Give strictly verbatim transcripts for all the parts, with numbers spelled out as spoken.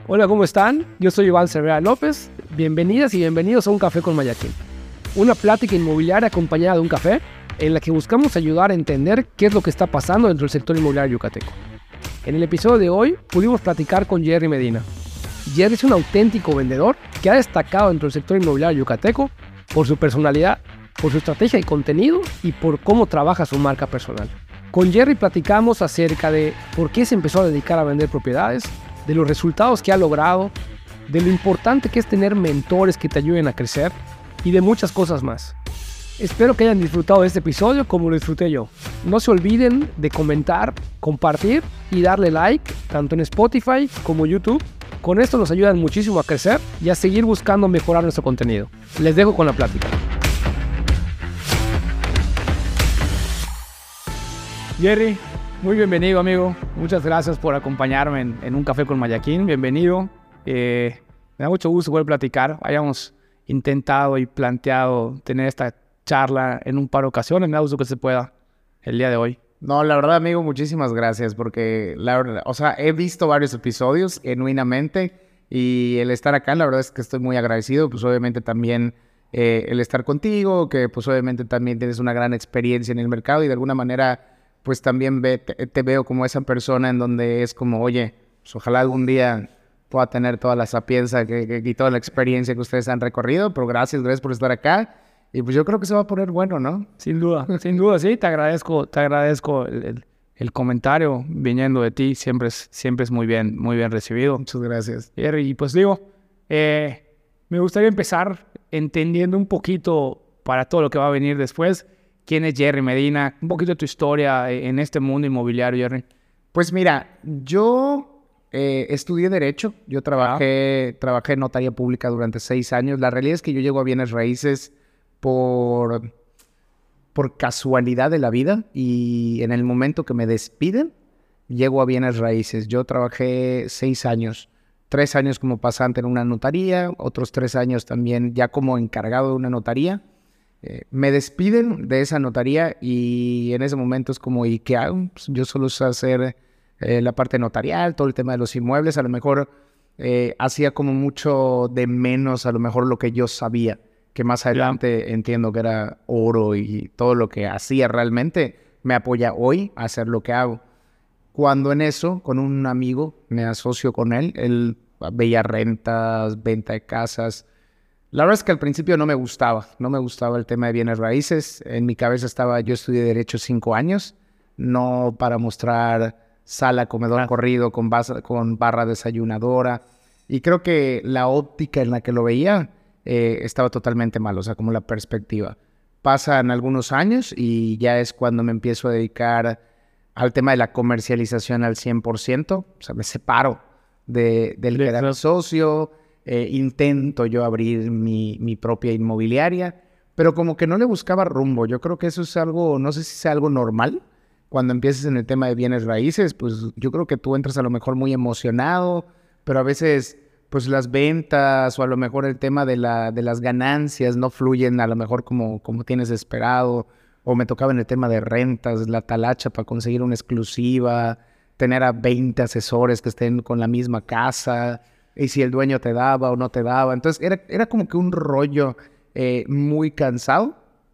Hola, ¿cómo están? Yo soy Iván Cervera López. Bienvenidas y bienvenidos a Un Café con Mayaquín. Una plática inmobiliaria acompañada de un café en la que buscamos ayudar a entender qué es lo que está pasando dentro del sector inmobiliario yucateco. En el episodio de hoy pudimos platicar con Jerry Medina. Jerry es un auténtico vendedor que ha destacado dentro del sector inmobiliario yucateco por su personalidad, por su estrategia y contenido y por cómo trabaja su marca personal. Con Jerry platicamos acerca de por qué se empezó a dedicar a vender propiedades, de los resultados que ha logrado, de lo importante que es tener mentores que te ayuden a crecer y de muchas cosas más. Espero que hayan disfrutado de este episodio como lo disfruté yo. No se olviden de comentar, compartir y darle like tanto en Spotify como YouTube. Con esto nos ayudan muchísimo a crecer y a seguir buscando mejorar nuestro contenido. Les dejo con la plática. Jerry, muy bienvenido, amigo. Muchas gracias por acompañarme en, en Un Café con Mayaquín. Bienvenido. Eh, me da mucho gusto poder platicar. Hayamos intentado y planteado tener esta charla en un par de ocasiones. Me da gusto que se pueda el día de hoy. No, la verdad, amigo, muchísimas gracias porque, la verdad, o sea, he visto varios episodios genuinamente y el estar acá, la verdad es que estoy muy agradecido. Pues obviamente también eh, el estar contigo, que pues obviamente también tienes una gran experiencia en el mercado y de alguna manera pues también ve, te, te veo como esa persona en donde es como, oye, pues ojalá algún día pueda tener toda la sapienza que, que, y toda la experiencia que ustedes han recorrido, pero gracias, gracias por estar acá. Y pues yo creo que se va a poner bueno, ¿no? Sin duda, sin duda, sí. Te agradezco, te agradezco el, el, el comentario viniendo de ti. Siempre es, siempre es muy bien, muy bien recibido. Muchas gracias. Y pues digo, eh, me gustaría empezar entendiendo un poquito para todo lo que va a venir después. ¿Quién es Jerry Medina? Un poquito de tu historia en este mundo inmobiliario, Jerry. Pues mira, yo eh, estudié Derecho. Yo trabajé, ah. trabajé en notaría pública durante seis años. La realidad es que yo llego a bienes raíces por, por casualidad de la vida. Y en el momento que me despiden, llego a bienes raíces. Yo trabajé seis años. Tres años como pasante en una notaría. Otros tres años también ya como encargado de una notaría. Eh, me despiden de esa notaría y en ese momento es como, ¿y qué hago? Pues yo solo sé hacer eh, la parte notarial, todo el tema de los inmuebles. A lo mejor eh, hacía como mucho de menos a lo mejor lo que yo sabía, que más adelante yeah. entiendo que era oro y todo lo que hacía realmente me apoya hoy a hacer lo que hago. Cuando en eso, con un amigo, me asocio con él, él veía rentas, venta de casas. La verdad es que al principio no me gustaba, no me gustaba el tema de bienes raíces. En mi cabeza estaba, yo estudié Derecho cinco años, no para mostrar sala, comedor, corrido, con, base, con barra desayunadora. Y creo que la óptica en la que lo veía eh, estaba totalmente mal, o sea, como la perspectiva. Pasan algunos años y ya es cuando me empiezo a dedicar al tema de la comercialización al cien por ciento. O sea, me separo de, del que era socio. Eh, intento yo abrir mi, mi propia inmobiliaria, pero como que no le buscaba rumbo. Yo creo que eso es algo, no sé si sea algo normal. Cuando empieces en el tema de bienes raíces, pues yo creo que tú entras a lo mejor muy emocionado, pero a veces pues las ventas o a lo mejor el tema de, la, de las ganancias no fluyen a lo mejor como, como tienes esperado. O me tocaba en el tema de rentas, la talacha para conseguir una exclusiva, tener a veinte asesores que estén con la misma casa, y si el dueño te daba o no te daba. Entonces era, era como que un rollo eh, muy cansado.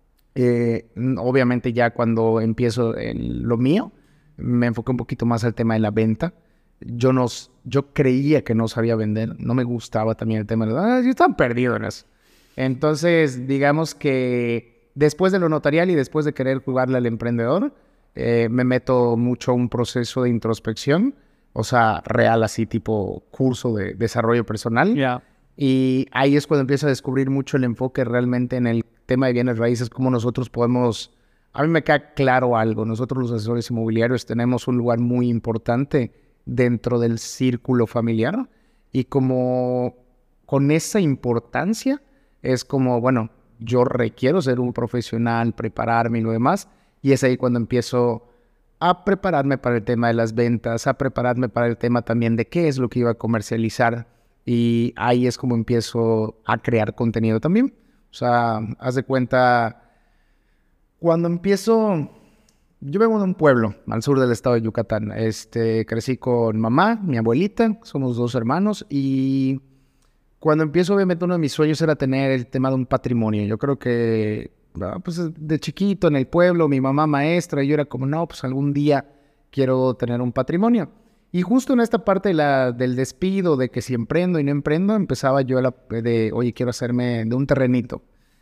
Eh, obviamente ya cuando empiezo en lo mío, me enfoqué un poquito más al tema de la venta. Yo, no, yo creía que no sabía vender. No me gustaba también el tema de... Ah, yo estaba perdido en eso. Entonces, digamos que después de lo notarial y después de querer jugarle al emprendedor, eh, me meto mucho a un proceso de introspección. O sea, real así tipo curso de desarrollo personal. Yeah. Y ahí es cuando empiezo a descubrir mucho el enfoque realmente en el tema de bienes raíces, cómo nosotros podemos... A mí me queda claro algo. Nosotros los asesores inmobiliarios tenemos un lugar muy importante dentro del círculo familiar. Y como con esa importancia es como, bueno, yo requiero ser un profesional, prepararme y lo demás. Y es ahí cuando empiezo a prepararme para el tema de las ventas, a prepararme para el tema también de qué es lo que iba a comercializar. Y ahí es como empiezo a crear contenido también. O sea, haz de cuenta, cuando empiezo yo vengo de un pueblo al sur del estado de Yucatán. Este, crecí con mamá, mi abuelita, somos dos hermanos y cuando empiezo, obviamente, uno de mis sueños era tener el tema de un patrimonio. Yo creo que, no, pues de chiquito en el pueblo, mi mamá maestra, y yo era como, no, pues algún día quiero tener un patrimonio. Y justo en esta parte de la, del despido, de que si emprendo y no emprendo, empezaba yo la, de, oye, quiero hacerme de un terrenito.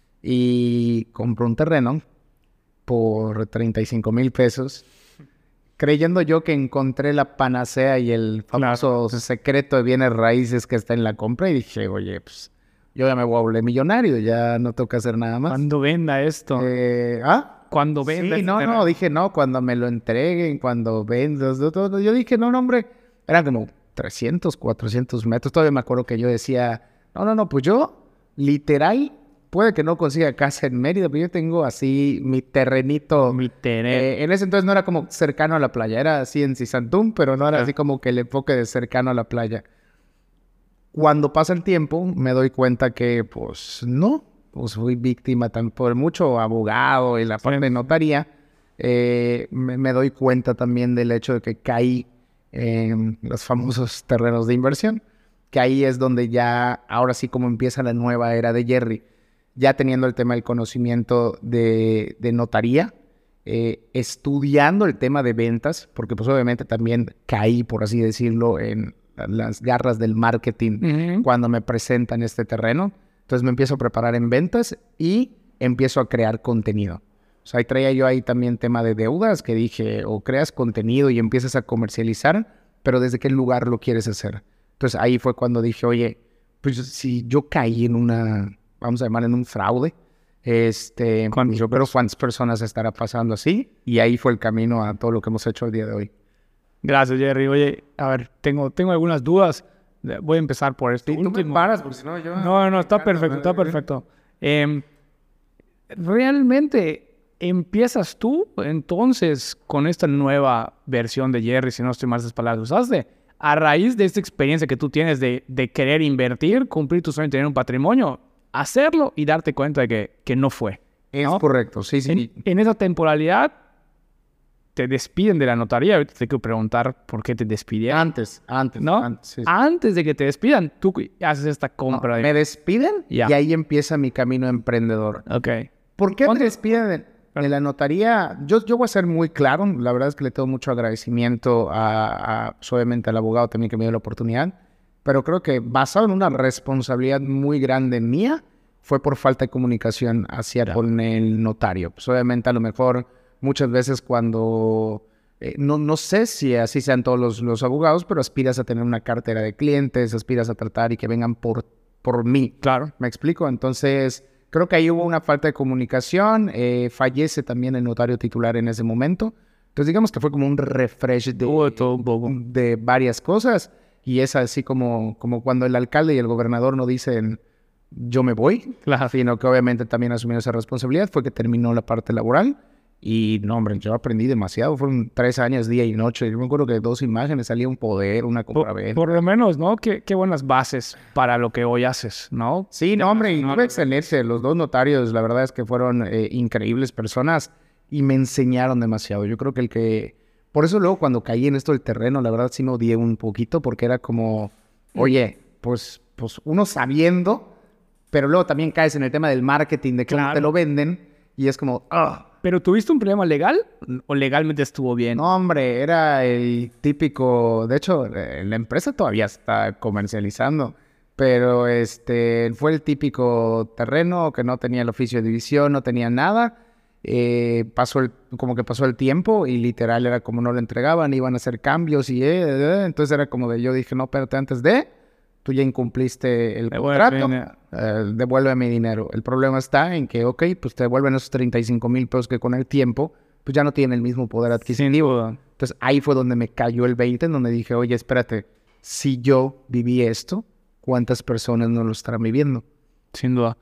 Y compré un terreno por treinta y cinco mil pesos, creyendo yo que encontré la panacea y el famoso claro. secreto de bienes raíces que está en la compra. Y dije, oye, pues yo ya me voy a volver millonario, ya no tengo que hacer nada más. ¿Cuándo venda esto? Eh, ¿Ah? Cuando venda. Sí, no, terreno. no, dije, no, cuando me lo entreguen, cuando vendas, todo. Yo dije, no, no, hombre, eran como trescientos, cuatrocientos metros. Todavía me acuerdo que yo decía, no, no, no, pues yo, literal, puede que no consiga casa en Mérida, pero yo tengo así mi terrenito. Mi terreno. Eh, en ese entonces no era como cercano a la playa, era así en Sisantún, pero no era ah. así como que el enfoque de cercano a la playa. Cuando pasa el tiempo, me doy cuenta que, pues, no. Pues fui víctima tan por mucho abogado y la parte sí. de notaría. Eh, me, me doy cuenta también del hecho de que caí en los famosos terrenos de inversión, que ahí es donde ya, ahora sí como empieza la nueva era de Jerry, ya teniendo el tema del conocimiento de, de notaría, eh, estudiando el tema de ventas, porque pues obviamente también caí, por así decirlo, en las garras del marketing uh-huh. cuando me presentan este terreno. Entonces me empiezo a preparar en ventas y empiezo a crear contenido. O sea, ahí traía yo ahí también tema de deudas que dije, o creas contenido y empiezas a comercializar, pero ¿desde qué lugar lo quieres hacer? Entonces ahí fue cuando dije, oye, pues si yo caí en una, vamos a llamar en un fraude, este, pues yo creo cuántas personas estará pasando así, y ahí fue el camino a todo lo que hemos hecho el día de hoy. Gracias, Jerry. Oye, a ver, tengo, tengo algunas dudas. Voy a empezar por esto. Sí, tú me paras, porque si no yo... No, no, está perfecto, está perfecto. Eh, realmente, ¿empiezas tú, entonces, con esta nueva versión de Jerry, si no estoy mal esas palabras que usaste, a raíz de esta experiencia que tú tienes de, de querer invertir, cumplir tu sueño de tener un patrimonio, hacerlo y darte cuenta de que, que no fue? Es ¿no? correcto, sí, sí. En, en esa temporalidad, te despiden de la notaría. Ahorita te quiero preguntar por qué te despidieron. Antes, antes, ¿no? Antes, sí, sí. Antes de que te despidan, tú haces esta compra. No, de... Me despiden yeah. y ahí empieza mi camino emprendedor. Ok. ¿Por qué me despiden de, de la notaría? Yo, yo voy a ser muy claro. La verdad es que le tengo mucho agradecimiento a, a, obviamente, al abogado también que me dio la oportunidad. Pero creo que basado en una responsabilidad muy grande mía, fue por falta de comunicación hacia yeah. con el notario. Pues obviamente a lo mejor... Muchas veces cuando, eh, no, no sé si así sean todos los, los abogados, pero aspiras a tener una cartera de clientes, aspiras a tratar y que vengan por, por mí. Claro. ¿Me explico? Entonces, creo que ahí hubo una falta de comunicación. Eh, fallece también el notario titular en ese momento. Entonces, digamos que fue como un refresh de, oh, todo un poco. de varias cosas. Y es así como, como cuando el alcalde y el gobernador no dicen, yo me voy. Claro. Sino que obviamente también asumieron esa responsabilidad. Fue que terminó la parte laboral. Y no, hombre, yo aprendí demasiado. Fueron tres años, día y noche. Yo me acuerdo que de dos imágenes salía un poder, una compra-venta. Por, por lo menos, ¿no? Qué, qué buenas bases para lo que hoy haces, ¿no? Sí, no, hombre, y tuve excelencia. Los dos notarios, la verdad es que fueron eh, increíbles personas y me enseñaron demasiado. Yo creo que el que... Por eso luego cuando caí en esto del terreno, la verdad sí me odié un poquito porque era como, oye, pues, pues uno sabiendo, pero luego también caes en el tema del marketing, de cómo claro. te lo venden y es como... ¡ah! ¿Pero tuviste un problema legal o legalmente estuvo bien? No, hombre, era el típico... De hecho, la empresa todavía está comercializando, pero este fue el típico terreno que no tenía el oficio de división, no tenía nada. Eh, pasó el, como que pasó el tiempo y literal era como no lo entregaban, iban a hacer cambios y... Eh, eh, entonces era como de... Yo dije, no, espérate, antes de... Tú ya incumpliste el contrato, eh, devuelve mi dinero. El problema está en que, ok, pues te devuelven esos treinta y cinco mil pesos que con el tiempo, pues ya no tienen el mismo poder adquisitivo. Sí. Entonces ahí fue donde me cayó el veinte, en donde dije, oye, espérate, si yo viví esto, ¿cuántas personas no lo estarán viviendo? Sin duda.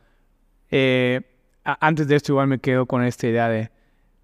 Eh, antes de esto igual me quedo con esta idea de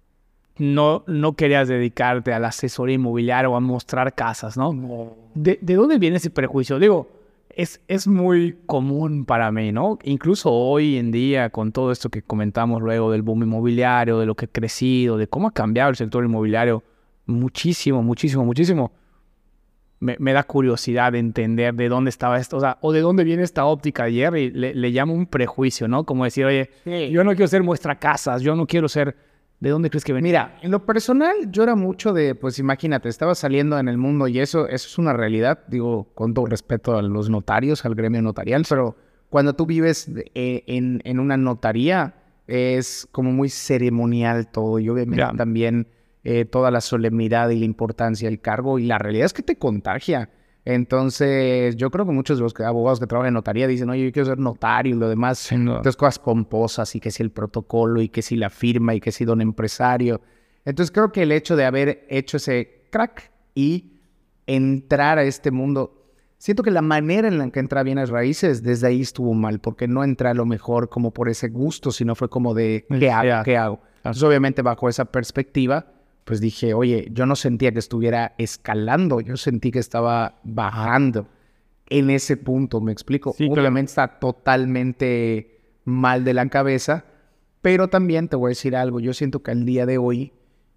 no, no querías dedicarte a la asesoría inmobiliaria o a mostrar casas, ¿no? no. ¿De, ¿De dónde viene ese prejuicio? Digo... es, es muy común para mí, ¿no? Incluso hoy en día, con todo esto que comentamos luego del boom inmobiliario, de lo que ha crecido, de cómo ha cambiado el sector inmobiliario muchísimo, muchísimo, muchísimo, me, me da curiosidad de entender de dónde estaba esto, o sea, o de dónde viene esta óptica de Jerry. Le, le llamo un prejuicio, ¿no? Como decir, oye, sí, yo no quiero ser muestracasas, yo no quiero ser... ¿De dónde crees que venía? Mira, en lo personal, yo era mucho de, pues imagínate, estaba saliendo en el mundo y eso, eso es una realidad, digo, con todo respeto a los notarios, al gremio notarial, pero cuando tú vives eh, en, en una notaría, es como muy ceremonial todo y obviamente yeah. también eh, toda la solemnidad y la importancia del cargo y la realidad es que te contagia. Entonces, yo creo que muchos de los abogados que trabajan en notaría dicen, oye, yo quiero ser notario y lo demás. Sí, no. Entonces, cosas pomposas y que si el protocolo y que si la firma y que si don empresario. Entonces, creo que el hecho de haber hecho ese crack y entrar a este mundo, siento que la manera en la que entra Bienes Raíces, desde ahí estuvo mal, porque no entra a lo mejor como por ese gusto, sino fue como de, ¿qué hago? Yeah. ¿Qué hago? Entonces, obviamente, bajo esa perspectiva, pues dije, oye, yo no sentía que estuviera escalando, yo sentí que estaba bajando en ese punto, ¿me explico? Sí, obviamente claro. Está totalmente mal de la cabeza, pero también te voy a decir algo, yo siento que al día de hoy,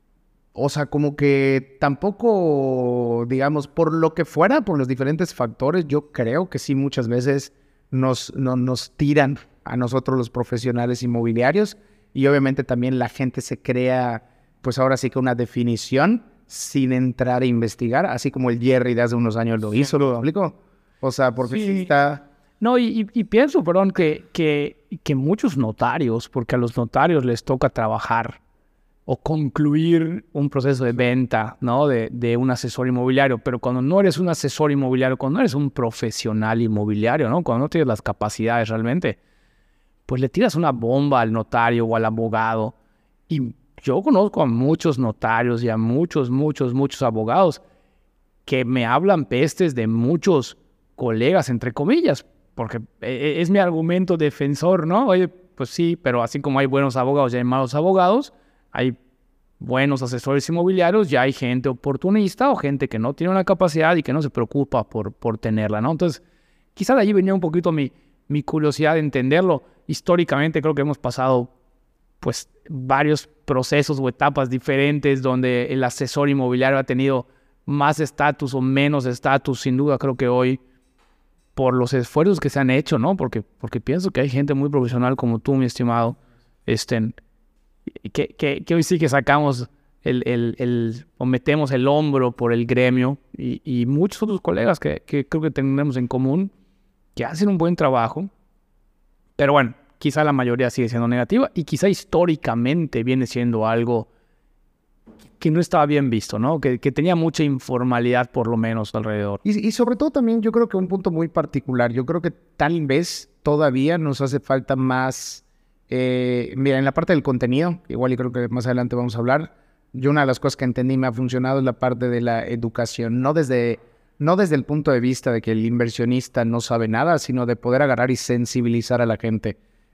o sea, como que tampoco, digamos, por lo que fuera, por los diferentes factores, yo creo que sí muchas veces nos, no, nos tiran a nosotros los profesionales inmobiliarios y obviamente también la gente se crea... pues ahora sí que una definición sin entrar a investigar, así como el Jerry de hace unos años lo hizo, ¿lo explico? O sea, porque sí está... No, y, y pienso, perdón, que, que, que muchos notarios, porque a los notarios les toca trabajar o concluir un proceso de venta, ¿no? De, de un asesor inmobiliario, pero cuando no eres un asesor inmobiliario, cuando no eres un profesional inmobiliario, ¿no? Cuando no tienes las capacidades realmente, pues le tiras una bomba al notario o al abogado y... Yo conozco a muchos notarios y a muchos, muchos, muchos abogados que me hablan pestes de muchos colegas, entre comillas, porque es mi argumento defensor, ¿no? Oye, pues sí, pero así como hay buenos abogados y hay malos abogados, hay buenos asesores inmobiliarios y hay gente oportunista o gente que no tiene una capacidad y que no se preocupa por, por tenerla, ¿no? Entonces, quizá de allí venía un poquito mi, mi curiosidad de entenderlo. Históricamente creo que hemos pasado pues varios procesos o etapas diferentes donde el asesor inmobiliario ha tenido más estatus o menos estatus. Sin duda creo que hoy, por los esfuerzos que se han hecho, ¿no? Porque, porque pienso que hay gente muy profesional como tú, mi estimado, este, que, que, que hoy sí que sacamos el, el, el, o metemos el hombro por el gremio y, y muchos otros colegas que, que creo que tenemos en común, que hacen un buen trabajo. Pero bueno, quizá la mayoría sigue siendo negativa y quizá históricamente viene siendo algo que no estaba bien visto, ¿no? Que, que tenía mucha informalidad por lo menos alrededor. Y, y sobre todo también yo creo que un punto muy particular, yo creo que tal vez todavía nos hace falta más, eh, mira, en la parte del contenido, igual y creo que más adelante vamos a hablar, yo una de las cosas que entendí y me ha funcionado es la parte de la educación, no desde, no desde el punto de vista de que el inversionista no sabe nada, sino de poder agarrar y sensibilizar a la gente.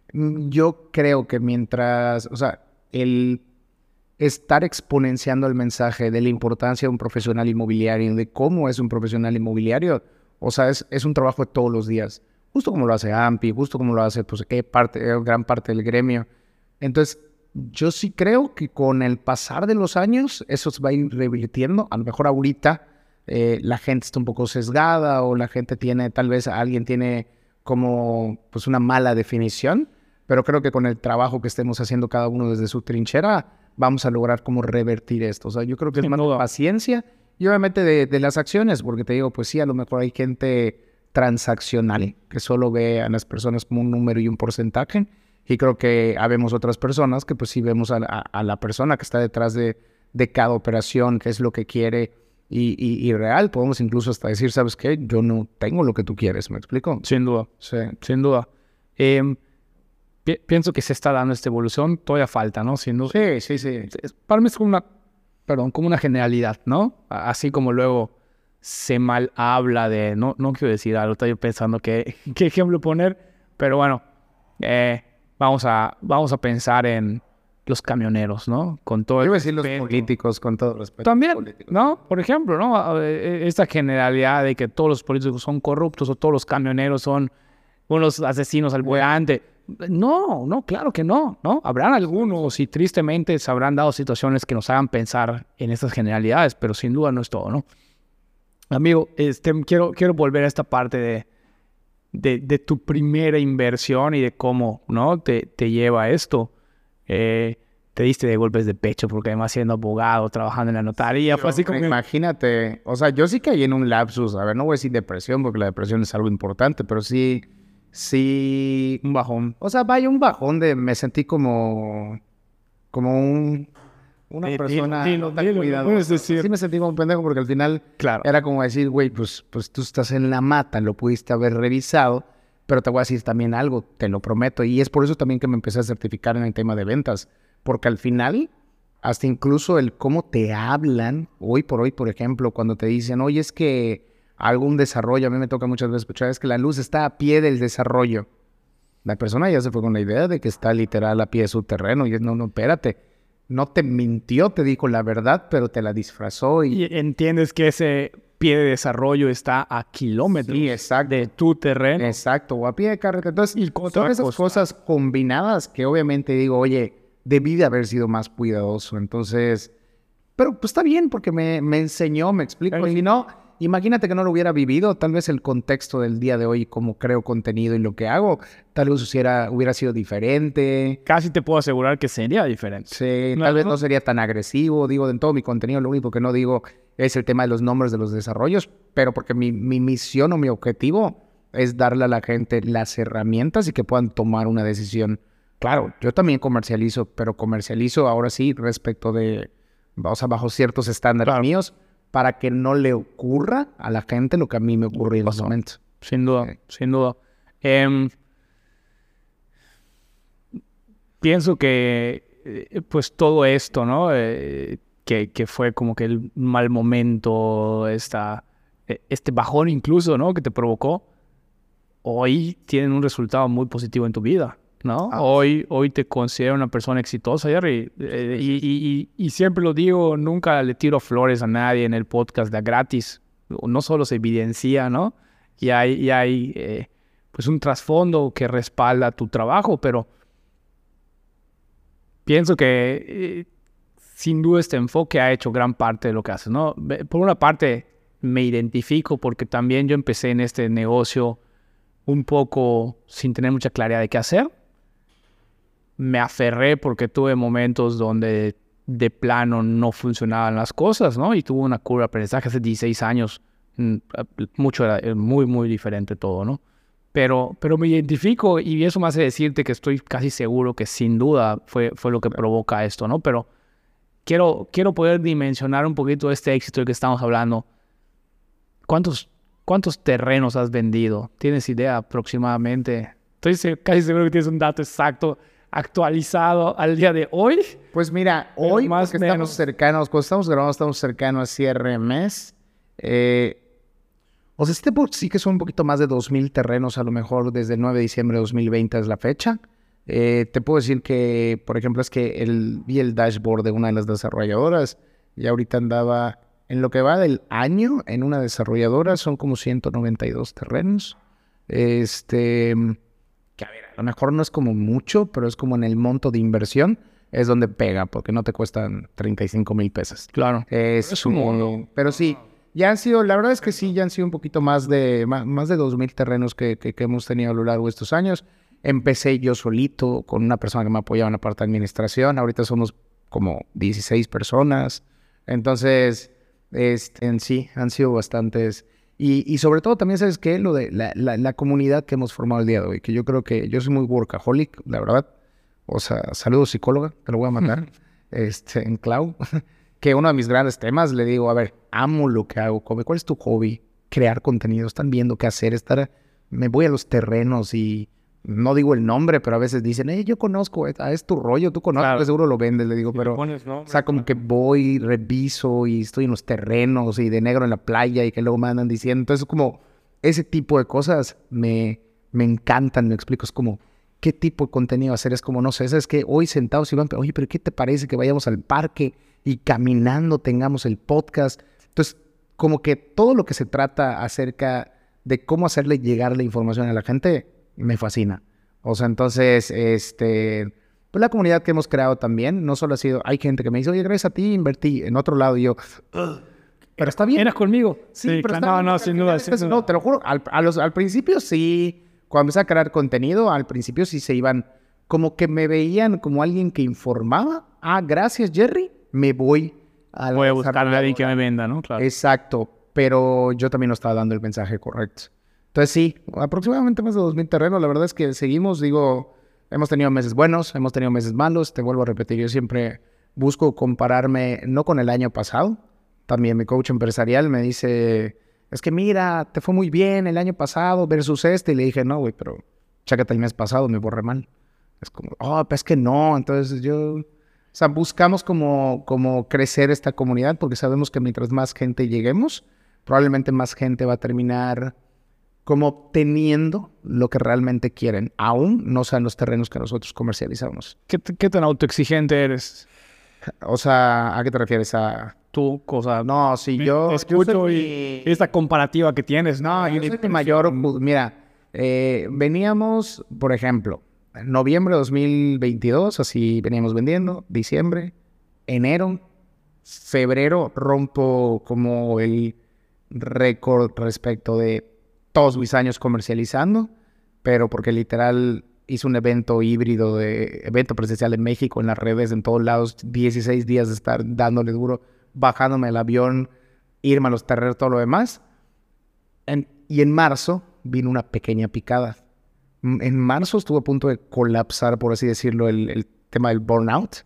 Yo creo que mientras, o sea, el estar exponenciando el mensaje de la importancia de un profesional inmobiliario, de cómo es un profesional inmobiliario, o sea, es, es un trabajo de todos los días, justo como lo hace AMPI, justo como lo hace pues, eh, parte, eh, gran parte del gremio. Entonces, yo sí creo que con el pasar de los años, eso se va a ir revirtiendo. A lo mejor ahorita eh, la gente está un poco sesgada o la gente tiene, tal vez alguien tiene como pues una mala definición, pero creo que con el trabajo que estemos haciendo cada uno desde su trinchera, vamos a lograr como revertir esto. O sea, yo creo que es más de paciencia y obviamente de, de las acciones, porque te digo, pues sí, a lo mejor hay gente transaccional que solo ve a las personas como un número y un porcentaje, y creo que habemos otras personas que pues sí vemos a la, a la persona que está detrás de, de cada operación, qué es lo que quiere y, y, y real. Podemos incluso hasta decir, ¿sabes qué? Yo no tengo lo que tú quieres, ¿me explico? Sin duda, sí, sin duda. Eh, pi pienso que se está dando esta evolución, todavía falta, ¿no? Sin duda. Sí, sí, sí. Para mí es como una, perdón, como una generalidad, ¿no? Así como luego se mal habla de, no, no quiero decir algo, estoy pensando qué, qué ejemplo poner, pero bueno, eh, vamos, a, vamos a pensar en, los camioneros, ¿no? Con todo Yo el iba a decir los respeto. políticos, con todo respeto. También, Políticos. ¿no? Por ejemplo, ¿no? Esta generalidad de que todos los políticos son corruptos o todos los camioneros son unos asesinos al volante. No, no, claro que no, ¿no? Habrán algunos y tristemente se habrán dado situaciones que nos hagan pensar en estas generalidades, pero sin duda no es todo, ¿no? Amigo, este, quiero, quiero volver a esta parte de, de, de tu primera inversión y de cómo, ¿no? Te, te lleva a esto. Eh, te diste de golpes de pecho porque además siendo abogado, trabajando en la notaría, fue así como... Imagínate, o sea, yo sí caí en un lapsus, a ver, no voy a decir depresión porque la depresión es algo importante, pero sí, sí, Un bajón. o sea, vaya un bajón de, me sentí como, como un, una Eh, persona dilo, no tan dilo, cuidadosa. puedes decir. Sí me sentí como un pendejo porque al final Claro. era como decir, güey, pues, pues tú estás en la mata, lo pudiste haber revisado, pero te voy a decir también algo, te lo prometo, y es por eso también que me empecé a certificar en el tema de ventas, porque al final, hasta incluso el cómo te hablan, hoy por hoy, por ejemplo, cuando te dicen, oye, es que algún desarrollo, a mí me toca muchas veces escuchar, es que la luz está a pie del desarrollo. La persona ya se fue con la idea de que está literal a pie de su terreno, y es, no, no, espérate, no te mintió, te dijo la verdad, pero te la disfrazó y... Y entiendes que ese pie de desarrollo está a kilómetros Sí, exacto. de tu terreno. Exacto, o a pie de carretera. Entonces, ¿Y cuánto son va a esas costar? cosas combinadas que obviamente digo, oye, debí de haber sido más cuidadoso. Entonces, pero pues está bien porque me, me enseñó, me explico. Ay. Si no, imagínate que no lo hubiera vivido, tal vez el contexto del día de hoy, cómo creo contenido y lo que hago, tal vez hubiera, hubiera sido diferente. Casi te puedo asegurar que sería diferente. Sí, No, tal vez no. no sería tan agresivo, digo, en todo mi contenido, lo único que no digo es el tema de los nombres de los desarrollos, pero porque mi, mi misión o mi objetivo es darle a la gente las herramientas y que puedan tomar una decisión. Claro, yo también comercializo, pero comercializo ahora sí respecto de, o sea, bajo ciertos estándares Claro. míos para que no le ocurra a la gente lo que a mí me ocurrió en ese momento. Sin duda, Sí. sin duda. Em, pienso que, eh, pues todo esto, ¿no? Eh, que, que fue como que el mal momento, esta, eh, este bajón incluso, ¿no? Que te provocó, hoy tienen un resultado muy positivo en tu vida, ¿no? Ah, hoy, hoy te considero una persona exitosa, Jerry. Eh, y, y- y- y siempre lo digo, nunca le tiro flores a nadie en el podcast de gratis. No solo se evidencia, ¿no? Y hay, y hay eh, pues un trasfondo que respalda tu trabajo, pero pienso que eh, sin duda este enfoque ha hecho gran parte de lo que haces, ¿no? Ve- Por una parte me identifico porque también yo empecé en este negocio un poco sin tener mucha claridad de qué hacer. Me aferré porque tuve momentos donde de plano no funcionaban las cosas, ¿no? Y tuve una curva de aprendizaje hace dieciséis años. mm, Mucho era eh, muy, muy diferente todo, ¿no? Pero, pero me identifico y eso me hace decirte que estoy casi seguro que sin duda fue, fue lo que provoca esto, ¿no? Pero quiero, quiero poder dimensionar un poquito este éxito del que estamos hablando. ¿Cuántos, cuántos terrenos has vendido? ¿Tienes idea aproximadamente? Estoy se- casi seguro que tienes un dato exacto actualizado al día de hoy. Pues mira, Pero hoy más porque menos. estamos cercanos, cuando estamos grabando estamos cercanos a cierre de mes. Eh, o sea, sí, te puedo- sí que son un poquito más de dos mil terrenos, a lo mejor desde el nueve de diciembre de dos mil veinte es la fecha. Eh, te puedo decir que, por ejemplo, es que el, vi el dashboard de una de las desarrolladoras y ahorita andaba, en lo que va del año, en una desarrolladora son como ciento noventa y dos terrenos. Este, que a ver, a lo mejor no es como mucho, pero es como en el monto de inversión, es donde pega, porque no te cuestan treinta y cinco mil pesos. Claro. Es, Es un mono. Pero sí, ya han sido, la verdad es que sí, ya han sido un poquito más de, más, más de dos mil terrenos que, que, que hemos tenido a lo largo de estos años. Empecé yo solito con una persona que me apoyaba en la parte de administración. Ahorita somos como dieciséis personas. Entonces, este, en sí, han sido bastantes. Y, y sobre todo también, ¿sabes qué? Lo de la, la, la comunidad que hemos formado el día de hoy, que yo creo que yo soy muy workaholic, la verdad. O sea, saludos psicóloga, te lo voy a mandar, este, en Clau. Que uno de mis grandes temas, le digo, a ver, amo lo que hago, Kobe. ¿Cuál es tu hobby? Crear contenido, están viendo qué hacer, estar, me voy a los terrenos y no digo el nombre, pero a veces dicen, eh, yo conozco, ah, es tu rollo, tú conoces, Claro. seguro lo vendes, le digo, Si le pero, pones nombre, o sea, como que voy, reviso y estoy en los terrenos y de negro en la playa y que luego me andan diciendo, entonces como ese tipo de cosas me, me encantan, me explico, es como, qué tipo de contenido hacer. Es como, no sé, es que hoy sentados y van, oye, pero ¿qué te parece que vayamos al parque y caminando tengamos el podcast? Entonces, como que todo lo que se trata acerca de cómo hacerle llegar la información a la gente, me fascina. O sea, entonces, este, pues la comunidad que hemos creado también, no solo ha sido, hay gente que me dice, oye, gracias a ti invertí en otro lado, y yo, ugh, pero está bien. ¿Eras conmigo? Sí, Sí, pero claro, está no, bien, no, porque sin al duda, final sin después- duda. No, te lo juro, al, a los, al principio sí, cuando empecé a crear contenido, al principio sí se iban, como que me veían como alguien que informaba. Ah, gracias, Jerry, me voy a la Voy a buscar a desarrolladora. alguien que me venda, ¿no? Claro. Exacto, pero yo también no estaba dando el mensaje correcto. Entonces sí, aproximadamente más de dos mil terrenos. La verdad es que seguimos, digo, hemos tenido meses buenos, hemos tenido meses malos. Te vuelvo a repetir, yo siempre busco compararme, no con el año pasado. También mi coach empresarial me dice, es que mira, te fue muy bien el año pasado versus este. Y le dije, no, güey, pero chécate el mes pasado, me borré mal. Es como, oh, pues es que no. Entonces yo... O sea, buscamos como, como crecer esta comunidad porque sabemos que mientras más gente lleguemos, probablemente más gente va a terminar como obteniendo lo que realmente quieren, aún no sean los terrenos que nosotros comercializamos. ¿Qué, t- qué tan autoexigente eres O sea, ¿a qué te refieres? A... tú? Cosa, No, si yo... te yo escucho soy y mi- esta comparativa que tienes. No, yo soy mi mayor... ju- Mira, eh, veníamos, por ejemplo, en noviembre de dos mil veintidós, así veníamos vendiendo, diciembre, enero, febrero, rompo como el récord respecto de todos mis años comercializando, pero porque literal hice un evento híbrido, de evento presencial en México, en las redes, en todos lados, dieciséis días de estar dándole duro, bajándome el avión, irme a los terrenos, todo lo demás. En- y en marzo vino una pequeña picada. M- En marzo estuvo a punto de colapsar, por así decirlo, el, el tema del burnout.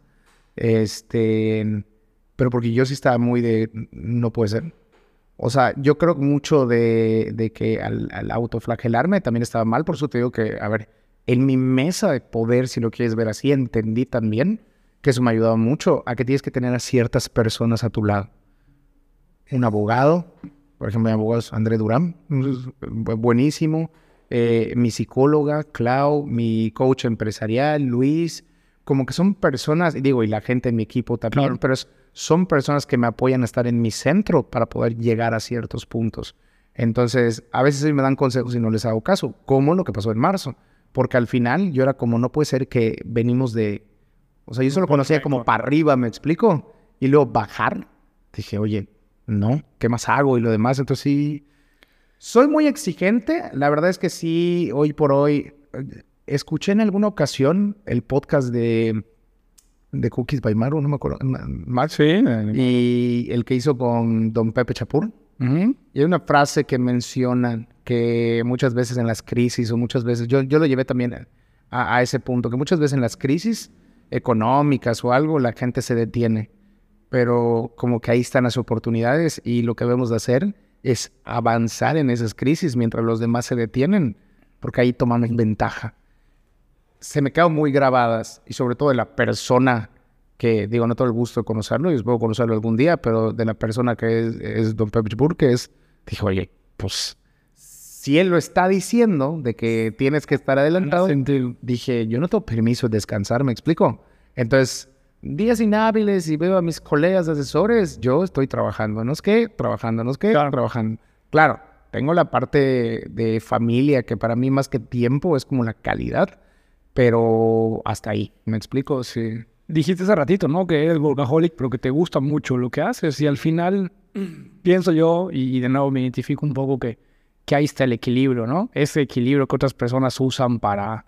Este, pero porque yo sí estaba muy de, no puede ser. O sea, yo creo mucho de, de que al, al autoflagelarme también estaba mal. Por eso te digo que, a ver, en mi mesa de poder, si lo quieres ver así, entendí también que eso me ha ayudado mucho a que tienes que tener a ciertas personas a tu lado. Un abogado, por ejemplo, mi abogado es André Durán, bu- buenísimo. Eh, mi psicóloga, Clau, mi coach empresarial, Luis, como que son personas, y digo, y la gente en mi equipo también, Claro. pero es- son personas que me apoyan a estar en mi centro para poder llegar a ciertos puntos. Entonces, a veces ellos me dan consejos y no les hago caso, como lo que pasó en marzo, porque al final yo era como, no puede ser que venimos de, o sea, yo solo conocía como para arriba, ¿me explico? Y luego bajar, dije, oye, no, ¿qué más hago? Y lo demás, entonces sí, soy muy exigente. La verdad es que sí, hoy por hoy, eh, escuché en alguna ocasión el podcast de, de Cookies by Maru, no me acuerdo, Ma- Max, Sí. y el que hizo con Don Pepe Chapur. Ujú. Y hay una frase que mencionan que muchas veces en las crisis o muchas veces, yo, yo lo llevé también a, a- a ese punto, que muchas veces en las crisis económicas o algo la gente se detiene, pero como que ahí están las oportunidades y lo que debemos de hacer es avanzar en esas crisis mientras los demás se detienen, porque ahí tomamos ventaja. Se me quedan muy grabadas y sobre todo de la persona que, digo, no tengo el gusto de conocerlo y espero conocerlo algún día, pero de la persona que es, es Don Pepe Chapur, que es, dijo, oye, pues, si él lo está diciendo de que tienes que estar adelantado, Sentido. dije, yo no tengo permiso de descansar, ¿me explico? Entonces, días inhábiles y veo a mis colegas asesores, yo estoy trabajando, no es que, trabajando, no es que, Claro. trabajando. Claro, tengo la parte de familia que para mí más que tiempo es como la calidad, pero hasta ahí, ¿me explico? Sí. Dijiste hace ratito, ¿no? Que eres workaholic, pero que te gusta mucho lo que haces. Y al final, pienso yo, y, y de nuevo me identifico un poco que, que ahí está el equilibrio, ¿no? Ese equilibrio que otras personas usan para,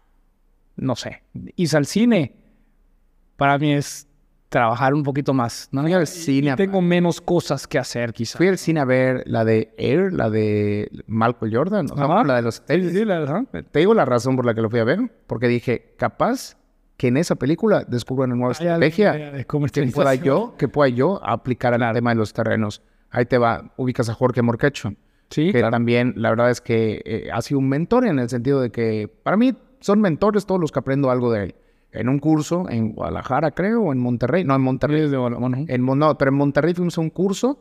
no sé, irse al cine, para mí es trabajar un poquito más, ¿no? Fui al Y- cine y a- tengo menos cosas que hacer, quizás. Fui al cine a ver la de Air, la de Malcolm Jordan, o sea, Ajá. la de los Sí, tenis. sí, la- ajá. Te digo la razón por la que lo fui a ver, porque dije, capaz que en esa película descubran una nueva Hay algo estrategia de- de que pueda comercialización. yo, que pueda yo aplicar al tema de los terrenos. Ahí te va, ubicas a Jorge Morquecho, Sí, que claro. también la verdad es que eh, ha sido un mentor en el sentido de que para mí son mentores todos los que aprendo algo de él. En un curso en Guadalajara, creo, o en Monterrey, no, en Monterrey. Desde- bueno, En, Mon- no, pero en Monterrey fuimos a un curso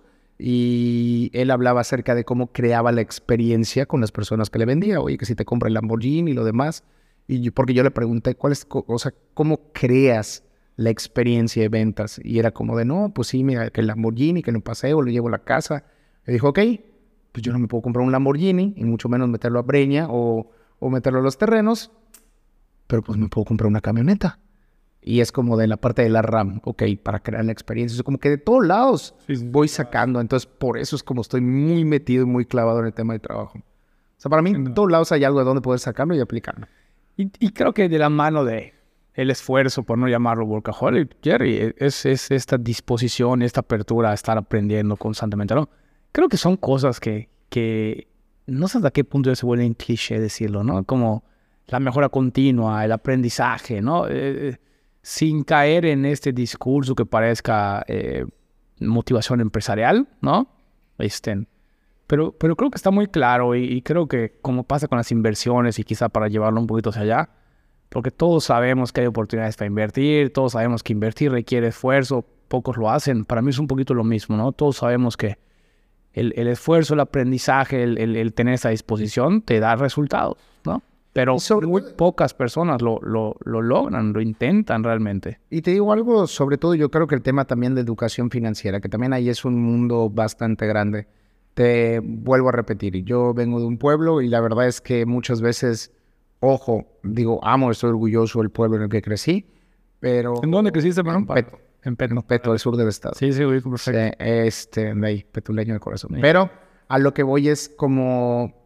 y él hablaba acerca de cómo creaba la experiencia con las personas que le vendía. Oye, que si te compra el Lamborghini y lo demás. Y yo, porque yo le pregunté, ¿cuál es, o sea, cómo creas la experiencia de ventas? Y era como de, no, pues sí, mira, que el Lamborghini, que lo paseo, lo llevo a la casa. Le dijo, ok, pues yo no me puedo comprar un Lamborghini, y mucho menos meterlo a Breña o, o meterlo a los terrenos, pero pues me puedo comprar una camioneta. Y es como de la parte de la RAM, ok, para crear la experiencia. Es como que de todos lados sí, sí, voy sacando. Entonces, por eso es como estoy muy metido y muy clavado en el tema de trabajo. O sea, para mí, en todos lados hay algo de donde poder sacarlo y aplicarlo. Y, y creo que de la mano de el esfuerzo, por no llamarlo workaholic, Jerry, es, es esta disposición, esta apertura a estar aprendiendo constantemente, ¿no? Creo que son cosas que, que no sé hasta qué punto ya se vuelve un cliché decirlo, ¿no? Como la mejora continua, el aprendizaje, ¿no? Eh, sin caer en este discurso que parezca eh, motivación empresarial, ¿no? Este, pero, pero creo que está muy claro y, y creo que como pasa con las inversiones y quizá para llevarlo un poquito hacia allá, porque todos sabemos que hay oportunidades para invertir, todos sabemos que invertir requiere esfuerzo, pocos lo hacen. Para mí es un poquito lo mismo, ¿no? Todos sabemos que el, el esfuerzo, el aprendizaje, el, el, el tener esa disposición te da resultados, ¿no? Pero muy pocas personas lo, lo, lo logran, lo intentan realmente. Y te digo algo, sobre todo yo creo que el tema también de educación financiera, que también ahí es un mundo bastante grande. Te vuelvo a repetir, yo vengo de un pueblo y la verdad es que muchas veces, ojo, digo, amo, estoy orgulloso del pueblo en el que crecí, pero... ¿En dónde creciste, hermano? En Peto. En Peto. En Peto, al sur del estado. Sí, sí, perfecto. Sí, este, de ahí, petuleño de corazón. Sí. Pero a lo que voy es como...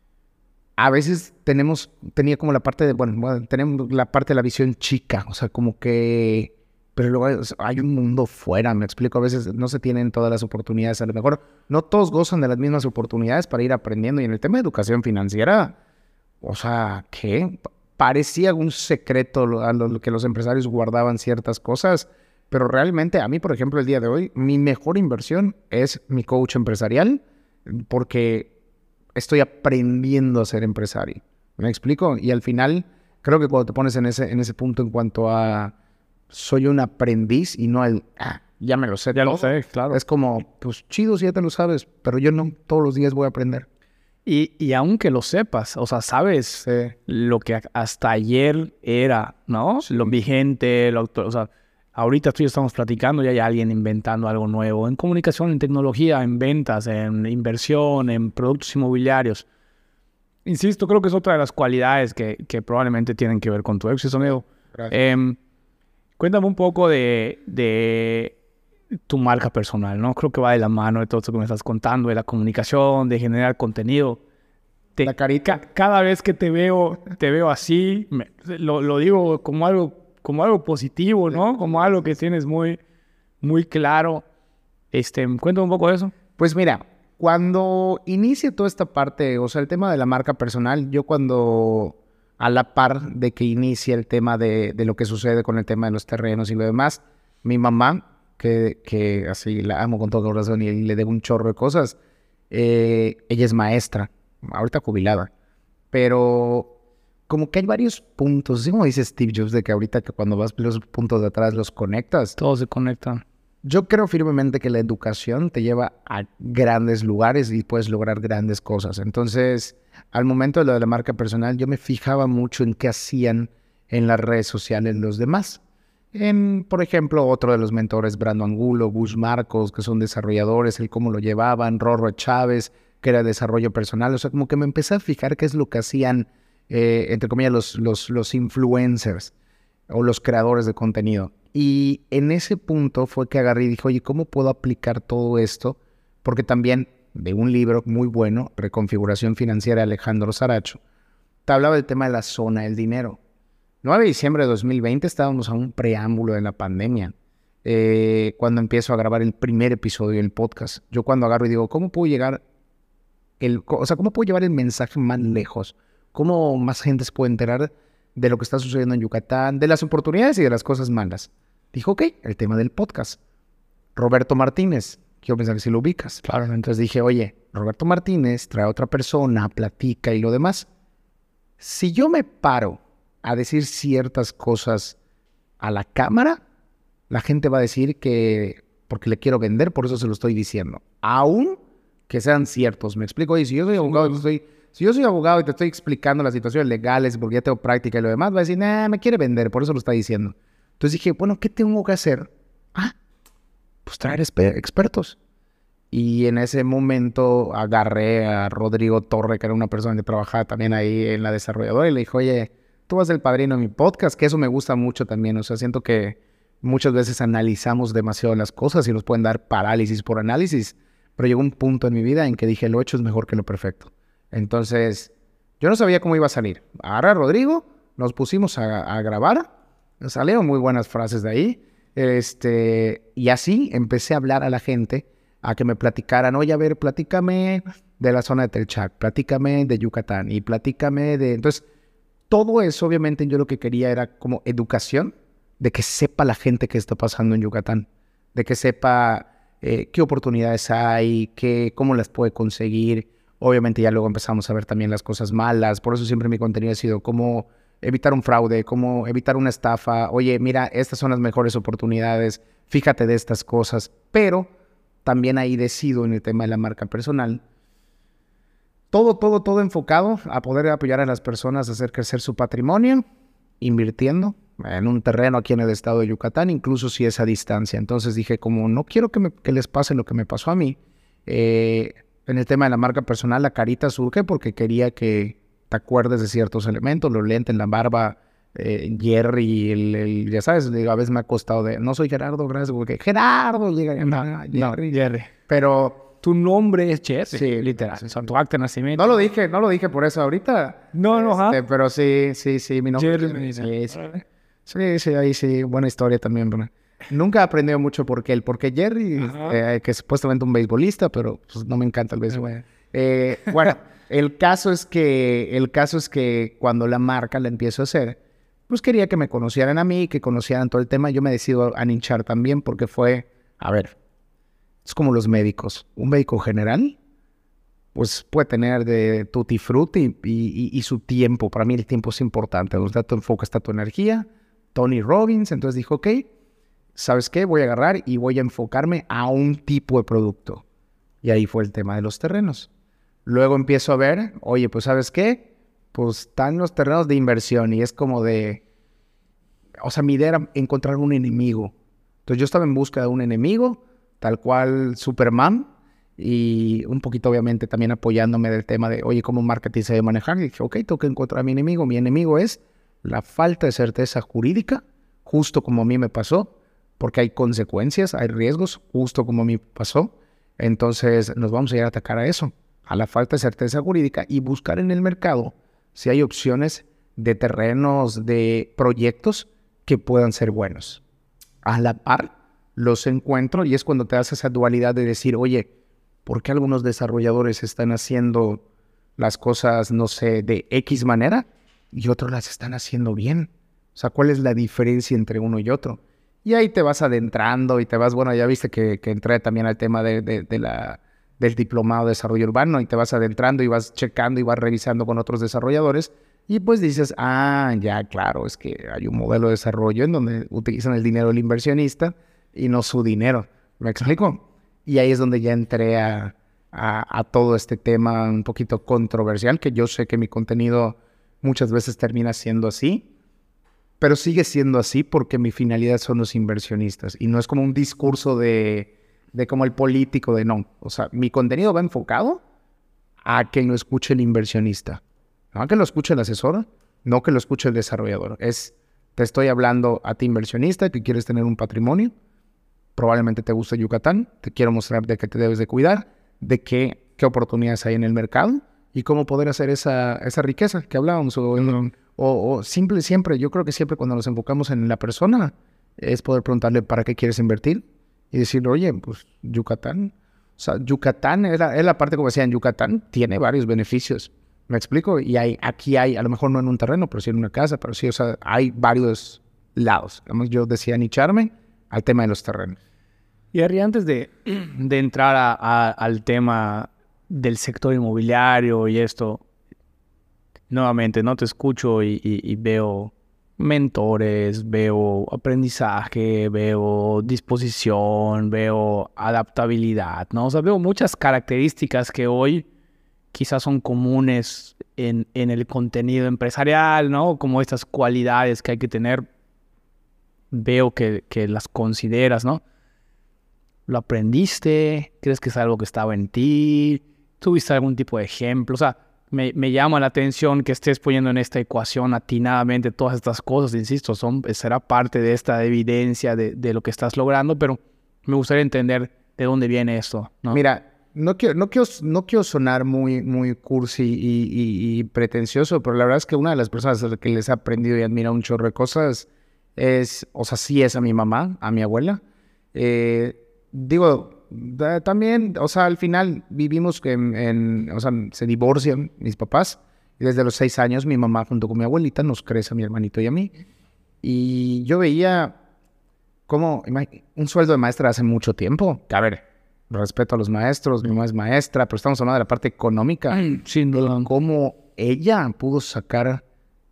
A veces tenemos, tenía como la parte de, bueno, bueno, tenemos la parte de la visión chica, o sea, como que, pero luego hay, hay un mundo fuera, me explico, a veces no se tienen todas las oportunidades, a lo mejor no todos gozan de las mismas oportunidades para ir aprendiendo, y en el tema de educación financiera, o sea, ¿qué? Parecía un secreto a lo que los empresarios guardaban ciertas cosas, pero realmente a mí, por ejemplo, el día de hoy, mi mejor inversión es mi coach empresarial, porque estoy aprendiendo a ser empresario. ¿Me explico? Y al final, creo que cuando te pones en ese, en ese punto en cuanto a soy un aprendiz y no el, ah, ya me lo sé. Ya todo. lo sé, claro. Es como, pues chido si ya te lo sabes, pero yo no, todos los días voy a aprender. Y, y aunque lo sepas, o sea, sabes Sí. lo que hasta ayer era, ¿no? Sí. Lo vigente, lo actual, o sea, ahorita tú y yo estamos platicando y hay alguien inventando algo nuevo en comunicación, en tecnología, en ventas, en inversión, en productos inmobiliarios. Insisto, creo que es otra de las cualidades que, que probablemente tienen que ver con tu éxito, amigo. Eh, cuéntame un poco de, de tu marca personal, ¿no? Creo que va de la mano de todo esto que me estás contando, de la comunicación, de generar contenido. Te, la carita. Ca cada vez que te veo, te veo así, me, lo, lo digo como algo... como algo positivo, ¿no? Como algo que tienes muy, muy claro. Este, cuéntame un poco de eso. Pues mira, cuando inicia toda esta parte, o sea, el tema de la marca personal, yo cuando a la par de que inicia el tema de, de lo que sucede con el tema de los terrenos y lo demás, mi mamá, que, que así la amo con todo corazón y le debo un chorro de cosas, eh, ella es maestra, ahorita jubilada, pero... como que hay varios puntos, así como dice Steve Jobs, de que ahorita que cuando vas los puntos de atrás los conectas. Todos se conectan. Yo creo firmemente que la educación te lleva a grandes lugares y puedes lograr grandes cosas. Entonces, al momento de lo de la marca personal, yo me fijaba mucho en qué hacían en las redes sociales los demás. En, por ejemplo, otro de los mentores, Brando Angulo, Gus Marcos, que son desarrolladores, el cómo lo llevaban, Rorro Chávez, que era desarrollo personal. O sea, como que me empecé a fijar qué es lo que hacían Eh, entre comillas, los, los, los influencers o los creadores de contenido. Y en ese punto fue que agarré y dije, oye, ¿cómo puedo aplicar todo esto? Porque también de un libro muy bueno, Reconfiguración Financiera de Alejandro Saracho, te hablaba del tema de la zona del dinero. nueve de diciembre de dos mil veinte estábamos a un preámbulo de la pandemia. Eh, cuando empiezo a grabar el primer episodio del podcast, yo cuando agarro y digo, ¿cómo puedo llegar el, o sea, cómo puedo llevar el mensaje más lejos? ¿Cómo más gente se puede enterar de lo que está sucediendo en Yucatán, de las oportunidades y de las cosas malas? Dijo, ok, el tema del podcast. Roberto Martínez, quiero pensar que si lo ubicas. Claro. Entonces dije, oye, Roberto Martínez trae a otra persona, platica y lo demás. Si yo me paro a decir ciertas cosas a la cámara, la gente va a decir que porque le quiero vender, por eso se lo estoy diciendo. Aún que sean ciertos, me explico. Y si yo soy abogado y estoy Si yo soy abogado y te estoy explicando las situaciones legales porque ya tengo práctica y lo demás, va a decir, nah, me quiere vender, por eso lo está diciendo. Entonces dije, bueno, ¿qué tengo que hacer? Ah, pues traer expertos. Y en ese momento agarré a Rodrigo Torre, que era una persona que trabajaba también ahí en la desarrolladora, y le dije, oye, tú vas a ser el padrino de mi podcast, que eso me gusta mucho también. O sea, siento que muchas veces analizamos demasiado las cosas y nos pueden dar parálisis por análisis. Pero llegó un punto en mi vida en que dije, lo hecho es mejor que lo perfecto. Entonces, yo no sabía cómo iba a salir. Agarré a Rodrigo, nos pusimos a, a grabar, salieron muy buenas frases de ahí. Este, y así empecé a hablar a la gente, a que me platicaran, oye, a ver, platícame de la zona de Telchac, platícame de Yucatán y platícame de... Entonces, todo eso, obviamente, yo lo que quería era como educación, de que sepa la gente qué está pasando en Yucatán, de que sepa eh, qué oportunidades hay, qué, cómo las puede conseguir. Obviamente ya luego empezamos a ver también las cosas malas, por eso siempre mi contenido ha sido cómo evitar un fraude, cómo evitar una estafa. Oye, mira, estas son las mejores oportunidades, fíjate de estas cosas, pero también ahí decido en el tema de la marca personal. Todo, todo, todo enfocado a poder apoyar a las personas a hacer crecer su patrimonio, invirtiendo en un terreno aquí en el estado de Yucatán, incluso si es a distancia. Entonces dije, como no quiero que, me, que les pase lo que me pasó a mí, eh, en el tema de la marca personal, la carita surge porque quería que te acuerdes de ciertos elementos, los lentes, la barba, eh, Jerry, el, el, ya sabes, a veces me ha costado de, no soy Gerardo, gracias, porque Gerardo llega, no, no, Jerry. No, Jerry. Pero tu nombre es Jerry, sí, literal, sí, o sea, tu acta de nacimiento. No lo dije, no lo dije por eso ahorita. No, no, este, pero sí, sí, sí, mi nombre. Jerry, sí, sí, sí, sí, ahí sí, buena historia también, bro. Nunca he aprendido mucho por qué. El por qué Jerry, eh, que es supuestamente un beisbolista, pero pues, no me encanta el béisbol. Bueno, eh, bueno el, caso es que, el caso es que cuando la marca la empiezo a hacer, pues quería que me conocieran a mí, que conocieran todo el tema. Yo me decido a nichar también porque fue, a ver, es como los médicos. Un médico general, pues puede tener de tutti frutti y, y, y su tiempo. Para mí el tiempo es importante. Donde está tu enfoque, está tu energía. Tony Robbins, entonces dijo, ok, ¿sabes qué? Voy a agarrar y voy a enfocarme a un tipo de producto. Y ahí fue el tema de los terrenos. Luego empiezo a ver, oye, pues ¿sabes qué? Pues están los terrenos de inversión y es como de... O sea, mi idea era encontrar un enemigo. Entonces yo estaba en busca de un enemigo, tal cual Superman, y un poquito obviamente también apoyándome del tema de, oye, ¿cómo marketing se debe manejar? Y dije, ok, tengo que encontrar a mi enemigo. Mi enemigo es la falta de certeza jurídica, justo como a mí me pasó, porque hay consecuencias, hay riesgos, justo como a mí pasó. Entonces nos vamos a ir a atacar a eso, a la falta de certeza jurídica y buscar en el mercado si hay opciones de terrenos, de proyectos que puedan ser buenos. A la par los encuentro y es cuando te hace esa dualidad de decir, oye, ¿por qué algunos desarrolladores están haciendo las cosas, no sé, de X manera y otros las están haciendo bien? O sea, ¿cuál es la diferencia entre uno y otro? Y ahí te vas adentrando y te vas, bueno, ya viste que, que entré también al tema de, de, de la, del diplomado de desarrollo urbano y te vas adentrando y vas checando y vas revisando con otros desarrolladores y pues dices, ah, ya, claro, es que hay un modelo de desarrollo en donde utilizan el dinero del inversionista y no su dinero. ¿Me explico? Y ahí es donde ya entré a, a, a todo este tema un poquito controversial, que yo sé que mi contenido muchas veces termina siendo así, pero sigue siendo así porque mi finalidad son los inversionistas y no es como un discurso de, de como el político de no. O sea, mi contenido va enfocado a que lo escuche el inversionista, no a que lo escuche el asesor, no que lo escuche el desarrollador. Es, te estoy hablando a ti inversionista que quieres tener un patrimonio, probablemente te gusta Yucatán, te quiero mostrar de qué te debes de cuidar, de qué, qué oportunidades hay en el mercado y cómo poder hacer esa, esa riqueza que hablábamos o... Uh-huh. O, o simple, siempre, yo creo que siempre cuando nos enfocamos en la persona es poder preguntarle para qué quieres invertir y decirle, oye, pues Yucatán, o sea, Yucatán es la, es la parte como decían, Yucatán tiene varios beneficios, ¿me explico? Y hay, aquí hay, a lo mejor no en un terreno, pero sí en una casa, pero sí, o sea, hay varios lados. Además, yo decía nicharme al tema de los terrenos. Y Harry, antes de, de entrar a, a, al tema del sector inmobiliario y esto, nuevamente, no te escucho y, y, y veo mentores, veo aprendizaje, veo disposición, veo adaptabilidad, ¿no? O sea, veo muchas características que hoy quizás son comunes en, en el contenido empresarial, ¿no? Como estas cualidades que hay que tener, veo que, que las consideras, ¿no? ¿Lo aprendiste? ¿Crees que es algo que estaba en ti? ¿Tuviste algún tipo de ejemplo? O sea, me, me llama la atención que estés poniendo en esta ecuación atinadamente todas estas cosas, insisto, son, será parte de esta evidencia de, de lo que estás logrando, pero me gustaría entender de dónde viene esto, ¿no? Mira, no quiero, no quiero, no quiero sonar muy, muy cursi y, y, y pretencioso, pero la verdad es que una de las personas a las que les he aprendido y admiro un chorro de cosas es, o sea, sí es a mi mamá, a mi abuela. Eh, digo, da, también, o sea, al final vivimos en, en, o sea, se divorcian mis papás y desde los seis años mi mamá junto con mi abuelita nos crece a mi hermanito y a mí. Y yo veía como un sueldo de maestra hace mucho tiempo, que a ver, respeto a los maestros, mi mamá es maestra, pero estamos hablando de la parte económica. Sin duda. Cómo ella pudo sacar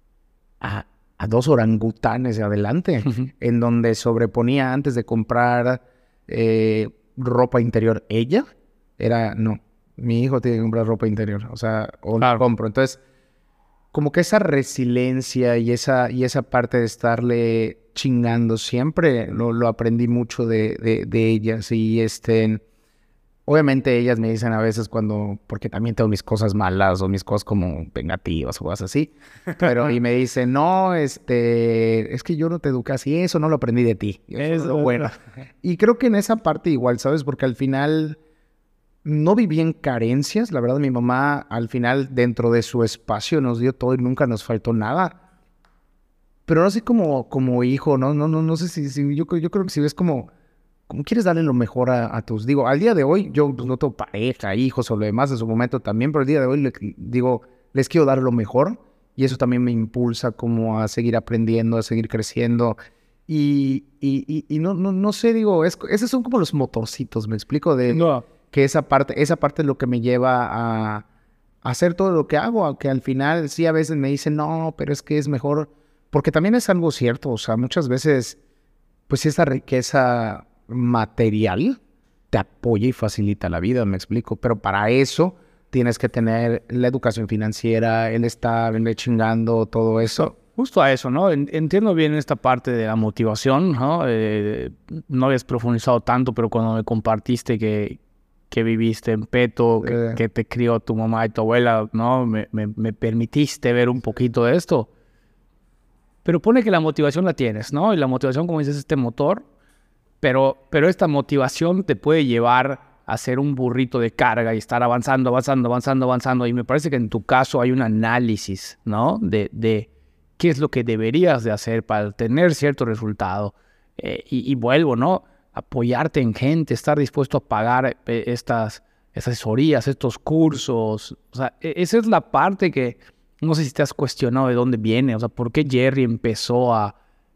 a, a dos orangutanes de adelante, uh-huh. en donde sobreponía antes de comprar eh, ropa interior. Ella era, no, mi hijo tiene que comprar ropa interior, o sea, o claro. la compro. Entonces, como que esa resiliencia y esa, y esa parte de estarle chingando siempre, lo, lo aprendí mucho de, de, de ellas. Y este, obviamente ellas me dicen a veces cuando, porque también tengo mis cosas malas o mis cosas como vengativas o cosas así, pero y me dicen, no, este, es que yo no te eduqué así, eso no lo aprendí de ti. Eso es lo bueno. Y creo que en esa parte igual, ¿sabes? Porque al final no viví en carencias, la verdad mi mamá al final dentro de su espacio nos dio todo y nunca nos faltó nada. Pero no sé como, como hijo, ¿no? No, no, no sé si, si yo, yo creo que si ves como, como quieres darle lo mejor a, a tus... Digo, al día de hoy yo pues, no tengo pareja, hijos o lo demás en su momento también, pero al día de hoy le, digo, les quiero dar lo mejor y eso también me impulsa como a seguir aprendiendo, a seguir creciendo. Y, y, y, y no, no, no sé, digo, es, esos son como los motorcitos, ¿me explico? De no. que esa parte, esa parte es lo que me lleva a, a hacer todo lo que hago, aunque al final sí a veces me dicen, no, pero es que es mejor... Porque también es algo cierto, o sea, muchas veces, pues esa riqueza material te apoya y facilita la vida, me explico. Pero para eso tienes que tener la educación financiera, el estar el chingando, todo eso. Justo a eso, ¿no? Entiendo bien esta parte de la motivación, ¿no? Eh, no habías profundizado tanto, pero cuando me compartiste que, que viviste en Peto, que, eh. que te crió tu mamá y tu abuela, ¿no? Me, me, me permitiste ver un poquito de esto. Pero pone que la motivación la tienes, ¿no? Y la motivación, como dices, es este motor, pero, pero esta motivación te puede llevar a ser un burrito de carga y estar avanzando, avanzando, avanzando, avanzando. Y me parece que en tu caso hay un análisis, ¿no? De, de qué es lo que deberías de hacer para tener cierto resultado. Eh, y, y vuelvo, ¿no? Apoyarte en gente, estar dispuesto a pagar eh, estas asesorías, estos cursos. O sea, esa es la parte que... No sé si te has cuestionado de dónde viene, o sea, ¿por qué Jerry empezó a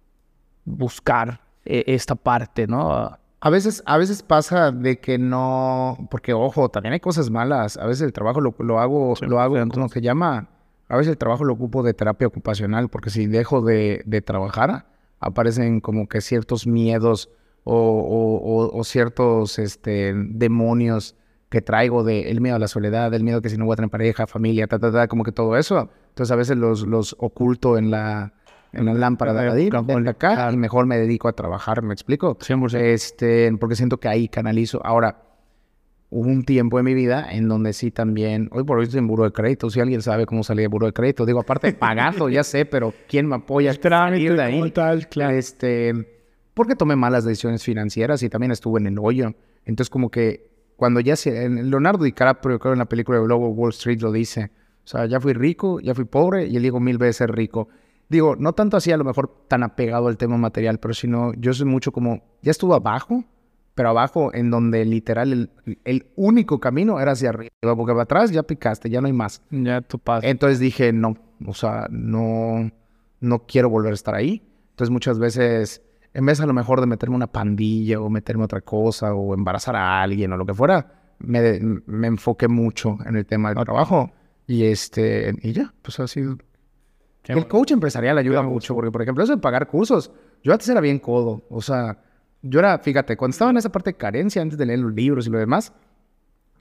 buscar eh, esta parte, no? A veces, a veces pasa de que no... Porque, ojo, también hay cosas malas. A veces el trabajo lo, lo hago, sí, lo hago, ¿cómo se llama? A veces el trabajo lo ocupo de terapia ocupacional, porque si dejo de, de trabajar, aparecen como que ciertos miedos o, o, o, o ciertos este, demonios que traigo de el miedo a la soledad, el miedo que si no voy a tener pareja, familia, ta, ta, ta, como que todo eso. Entonces a veces los, los oculto en la, en la lámpara de Aladdin, de acá, y mejor me dedico a trabajar, ¿me explico? cien por ciento. Este, porque siento que ahí canalizo. Ahora, hubo un tiempo en mi vida en donde sí también, hoy por hoy estoy en buró de crédito, si alguien sabe cómo salir de buró de crédito, digo, aparte pagando, ya sé, pero ¿quién me apoya? El trámite de ahí. Tal, claro. Este, porque tomé malas decisiones financieras y también estuve en el hoyo. Entonces como que cuando ya se... Leonardo DiCaprio, creo en la película de Lobo Wall Street lo dice. O sea, ya fui rico, ya fui pobre y elijo mil veces ser rico. Digo, no tanto así a lo mejor tan apegado al tema material, pero sino yo soy mucho como... Ya estuve abajo, pero abajo en donde literal el, el único camino era hacia arriba. Porque para atrás ya picaste, ya no hay más. Ya tú pasas. Entonces dije, no, o sea, no, no quiero volver a estar ahí. Entonces muchas veces... En vez a lo mejor de meterme una pandilla o meterme otra cosa o embarazar a alguien o lo que fuera, me, me enfoqué mucho en el tema del trabajo. Y este y ya, pues ha sido... Qué el bueno. Coach empresarial ayuda Qué mucho porque, por ejemplo, eso de pagar cursos, yo antes era bien codo. O sea, yo era, fíjate, cuando estaba en esa parte de carencia, antes de leer los libros y lo demás,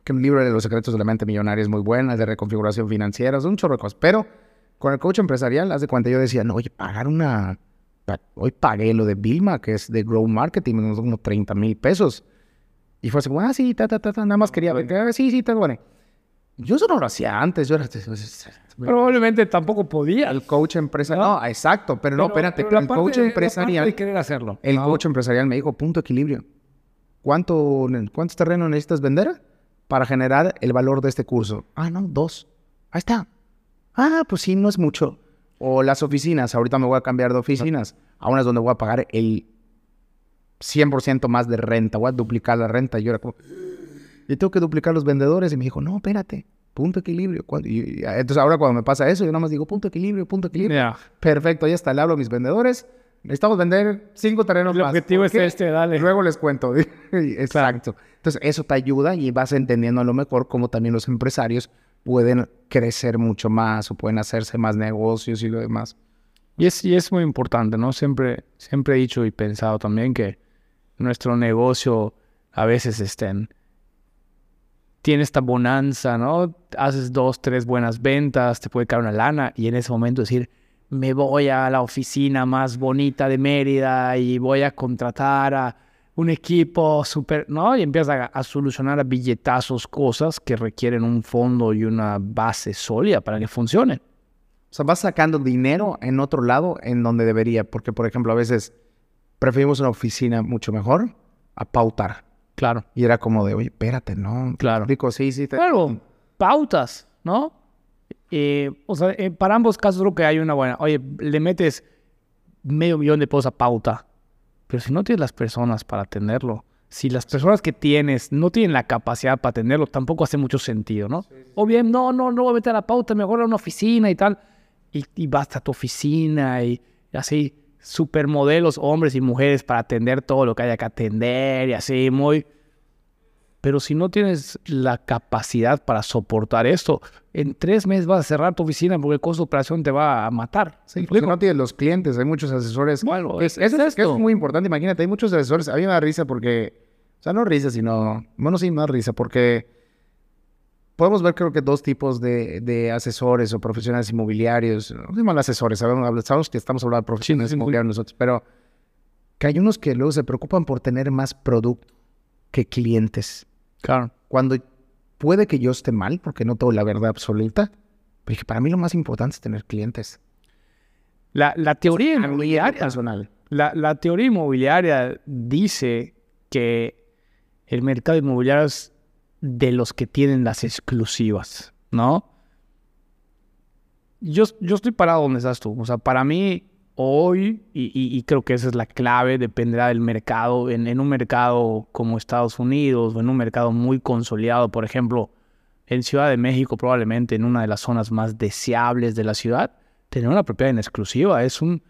que un libro de los secretos de la mente millonaria es muy buena, el de reconfiguración financiera, es un chorro de cosas. Pero con el coach empresarial, haz de cuenta, yo decía, no, oye, pagar una... Hoy pagué lo de Vilma, que es de Grow Marketing, unos como treinta mil pesos. Y fue así, ah, sí, ta, ta, ta, ta, nada más quería ver, sí, sí, está bueno. Yo eso no lo hacía antes, yo era... Probablemente tampoco podía. El coach empresarial... No, no exacto, pero, pero no, espérate, pero el coach de, empresarial... de querer hacerlo. El ¿no? coach empresarial me dijo, punto de equilibrio. ¿Cuánto, ¿Cuántos terrenos necesitas vender para generar el valor de este curso? Ah, no, dos. Ahí está. Ah, pues sí, no es mucho. O las oficinas, ahorita me voy a cambiar de oficinas. A unas donde voy a pagar el cien por ciento más de renta. Voy a duplicar la renta. Y yo era como... Y tengo que duplicar los vendedores. Y me dijo, no, espérate. Punto de equilibrio. Y, y, entonces ahora cuando me pasa eso, yo nada más digo, punto de equilibrio, punto de equilibrio. Yeah. Perfecto, ya está. Le hablo a mis vendedores. Necesitamos vender cinco terrenos más. El objetivo es este, dale. Luego les cuento. Exacto. Claro. Entonces eso te ayuda y vas entendiendo a lo mejor cómo también los empresarios pueden crecer mucho más o pueden hacerse más negocios y lo demás. Y es, y es muy importante, ¿no? Siempre, siempre he dicho y pensado también que nuestro negocio a veces estén, tiene esta bonanza, ¿no? Haces dos, tres buenas ventas, te puede caer una lana y en ese momento decir, me voy a la oficina más bonita de Mérida y voy a contratar a un equipo súper, ¿no? Y empiezas a, a solucionar a billetazos cosas que requieren un fondo y una base sólida para que funcionen. O sea, vas sacando dinero en otro lado en donde debería. Porque, por ejemplo, a veces preferimos una oficina mucho mejor a pautar. Claro. Y era como de, oye, espérate, ¿no? Claro. Rico, sí, sí. Te... Claro, pautas, ¿no? Eh, o sea, eh, para ambos casos creo que hay una buena. Oye, le metes medio millón de pesos a pauta. Pero si no tienes las personas para atenderlo, si las personas que tienes no tienen la capacidad para atenderlo, tampoco hace mucho sentido, ¿no? Sí, sí. O bien, no, no, no voy a meter a la pauta, mejor a una oficina y tal. Y, y vas a tu oficina y, y así, supermodelos, hombres y mujeres para atender todo lo que haya que atender y así, muy... Pero si no tienes la capacidad para soportar esto, en tres meses vas a cerrar tu oficina porque el costo de operación te va a matar. Sí, porque no tienes los clientes, hay muchos asesores. Bueno, es, es, es, es muy importante, imagínate, hay muchos asesores. A mí me da risa porque, o sea, no risa, sino, bueno, sí, me da risa porque podemos ver creo que dos tipos de, de asesores o profesionales inmobiliarios. No son mal asesores, sabemos, sabemos que estamos hablando de profesionales sí, inmobiliarios sí. nosotros, pero que hay unos que luego se preocupan por tener más producto que clientes. Claro. Cuando puede que yo esté mal, porque no tengo la verdad absoluta, pero para mí lo más importante es tener clientes. La, la teoría inmobiliaria, la, la teoría inmobiliaria dice que el mercado inmobiliario es de los que tienen las exclusivas, ¿no? Yo, yo estoy parado donde estás tú. O sea, para mí, hoy, y, y, y creo que esa es la clave, dependerá del mercado. En, en un mercado como Estados Unidos o en un mercado muy consolidado, por ejemplo, en Ciudad de México, probablemente en una de las zonas más deseables de la ciudad, tener una propiedad en exclusiva es un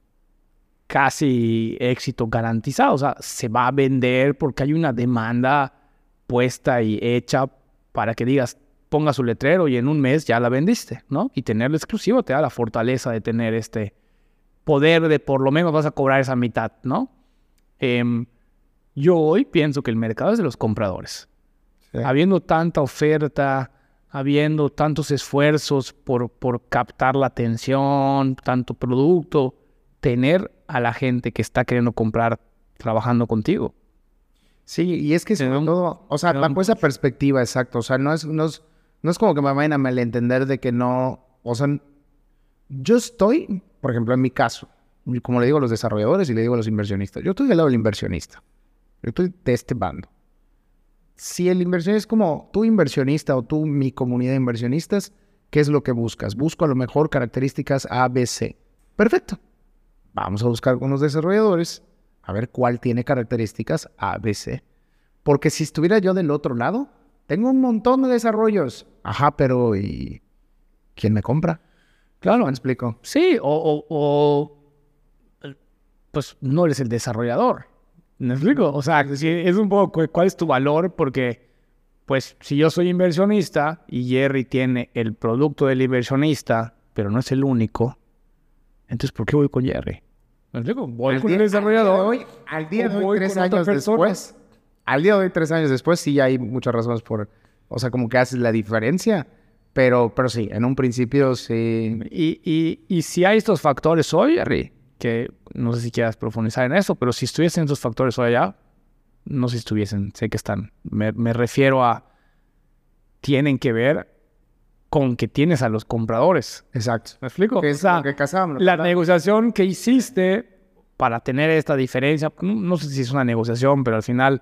casi éxito garantizado. O sea, se va a vender porque hay una demanda puesta y hecha para que digas, ponga su letrero y en un mes ya la vendiste, ¿no? Y tenerlo exclusivo te da la fortaleza de tener este poder de por lo menos vas a cobrar esa mitad, ¿no? Eh, yo hoy pienso que el mercado es de los compradores. Sí. Habiendo tanta oferta, habiendo tantos esfuerzos por, por captar la atención, tanto producto, tener a la gente que está queriendo comprar trabajando contigo. Sí, y es que sobre un, todo, o sea, bajo esa perspectiva, exacto, o sea, no es, no es, no es como que me vayan a malentender de que no, o sea, yo estoy, por ejemplo, en mi caso, como le digo a los desarrolladores y le digo a los inversionistas, yo estoy del lado del inversionista, yo estoy de este bando. Si el inversionista es como tú inversionista o tú mi comunidad de inversionistas, ¿qué es lo que buscas? Busco a lo mejor características A, B, C. Perfecto. Vamos a buscar con los desarrolladores a ver cuál tiene características A, B, C. Porque si estuviera yo del otro lado, tengo un montón de desarrollos. Ajá, pero ¿y quién me compra? Claro. ¿Me explico? Sí, o, o, o pues no eres el desarrollador. ¿Me explico? O sea, es un poco cuál es tu valor, porque pues si yo soy inversionista y Jerry tiene el producto del inversionista, pero no es el único, entonces ¿por qué voy con Jerry? ¿Me explico? Voy al con día, el desarrollador. Al día de hoy, al día de hoy tres años después, al día de hoy, tres años después, sí hay muchas razones por, O sea, como que haces la diferencia. Pero, pero sí, en un principio sí. Y, y, y si hay estos factores hoy, Jerry, que no sé si quieras profundizar en eso, pero si estuviesen estos factores hoy allá, no sé si estuviesen, sé que están. Me, me refiero a, tienen que ver con que tienes a los compradores. Exacto. ¿Me explico? Que es o sea, lo que casamos, la ¿verdad? negociación que hiciste para tener esta diferencia, no, no sé si es una negociación, pero al final,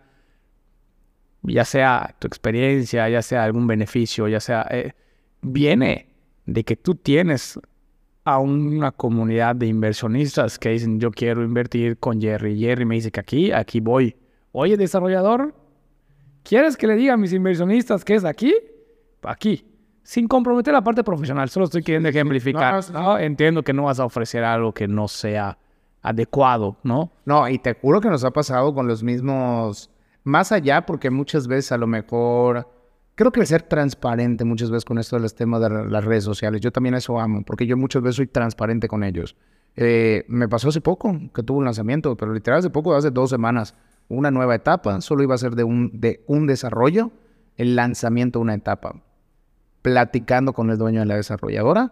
ya sea tu experiencia, ya sea algún beneficio, ya sea, eh, viene de que tú tienes a una comunidad de inversionistas que dicen, yo quiero invertir con Jerry. Jerry me dice que aquí, aquí voy. Oye, desarrollador, ¿quieres que le diga a mis inversionistas que es aquí? Aquí. Sin comprometer la parte profesional. Solo estoy queriendo ejemplificar. No, no, sí. ¿no? Entiendo que no vas a ofrecer algo que no sea adecuado, ¿no? No, y te juro que nos ha pasado con los mismos... Más allá, porque muchas veces a lo mejor... Creo que el ser transparente muchas veces con esto de los temas de las redes sociales. Yo también eso amo, porque yo muchas veces soy transparente con ellos. Eh, me pasó hace poco que tuve un lanzamiento, pero literal hace poco, hace dos semanas, una nueva etapa. Solo iba a ser de un, de un desarrollo, el lanzamiento de una etapa. Platicando con el dueño de la desarrolladora.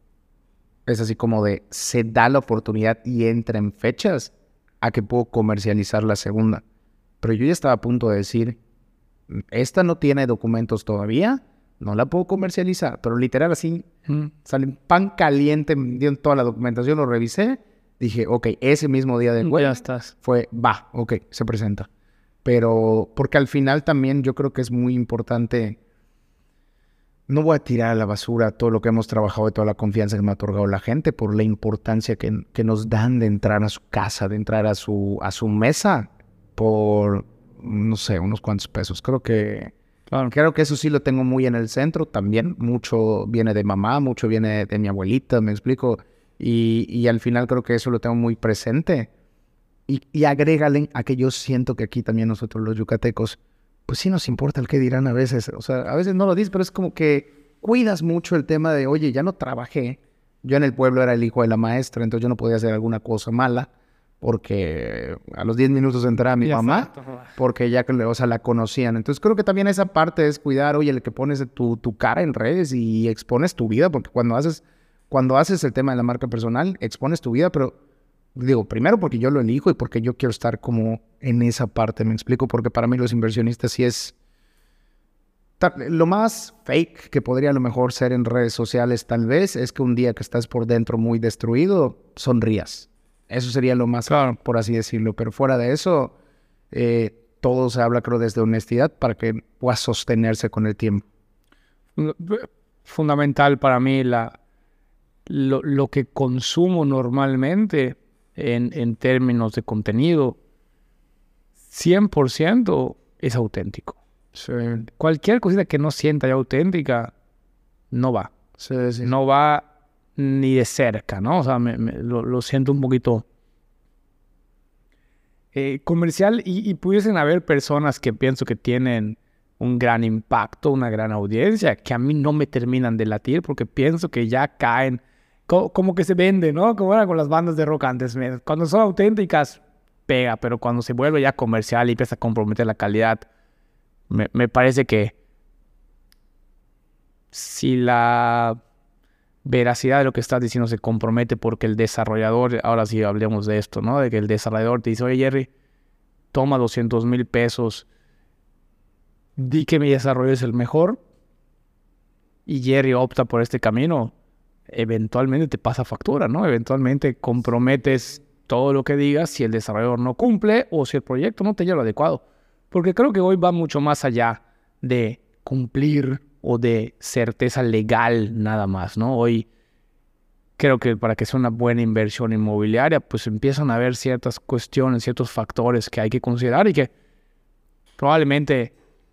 Es así como de, se da la oportunidad y entra en fechas a que puedo comercializar la segunda. Pero yo ya estaba a punto de decir, esta no tiene documentos todavía, no la puedo comercializar. Pero literal así, mm. sale pan caliente, me dieron toda la documentación, lo revisé. Dije, ok, ese mismo día del web ya estás. Fue, va, ok, se presenta. Pero porque al final también yo creo que es muy importante... No voy a tirar a la basura todo lo que hemos trabajado y toda la confianza que me ha otorgado la gente por la importancia que, que nos dan de entrar a su casa, de entrar a su, a su mesa por, no sé, unos cuantos pesos. Creo que, claro. creo que eso sí lo tengo muy en el centro también. Mucho viene de mamá, mucho viene de mi abuelita, me explico. Y, y al final creo que eso lo tengo muy presente. Y, y agrégale a que yo siento que aquí también nosotros los yucatecos, pues sí nos importa el qué dirán a veces. O sea, a veces no lo dices, pero es como que cuidas mucho el tema de, oye, ya no trabajé. Yo en el pueblo era el hijo de la maestra, entonces yo no podía hacer alguna cosa mala porque a los diez minutos entraba mi ya mamá, exacto. porque ya, o sea, la conocían. Entonces creo que también esa parte es cuidar, oye, el que pones tu, tu cara en redes y expones tu vida, porque cuando haces, cuando haces el tema de la marca personal, expones tu vida, pero... Digo, primero porque yo lo elijo y porque yo quiero estar como en esa parte, me explico, porque para mí los inversionistas sí es lo más fake que podría a lo mejor ser en redes sociales tal vez, es que un día que estás por dentro muy destruido, sonrías. Eso sería lo más, claro, por así decirlo, pero fuera de eso, eh, todo se habla creo desde honestidad para que pueda sostenerse con el tiempo. Fundamental para mí la, lo, lo que consumo normalmente En, en términos de contenido, cien por ciento es auténtico. Sí. Cualquier cosita que no sienta ya auténtica, no va. Sí, sí. No va ni de cerca, ¿no? O sea, me, me, lo, lo siento un poquito eh, comercial y, y pudiesen haber personas que pienso que tienen un gran impacto, una gran audiencia, que a mí no me terminan de latir porque pienso que ya caen... Como que se vende, ¿no? Como era con las bandas de rock antes. Cuando son auténticas, pega. Pero cuando se vuelve ya comercial y empieza a comprometer la calidad, me, me parece que si la veracidad de lo que estás diciendo se compromete porque el desarrollador, ahora sí hablemos de esto, ¿no? De que el desarrollador te dice, oye, Jerry, toma doscientos mil pesos, di que mi desarrollo es el mejor, y Jerry opta por este camino, eventualmente te pasa factura, ¿no? Eventualmente comprometes todo lo que digas si el desarrollador no cumple o si el proyecto no te lleva lo adecuado. Porque creo que hoy va mucho más allá de cumplir o de certeza legal nada más, ¿no? Hoy creo que para que sea una buena inversión inmobiliaria, pues empiezan a haber ciertas cuestiones, ciertos factores que hay que considerar y que probablemente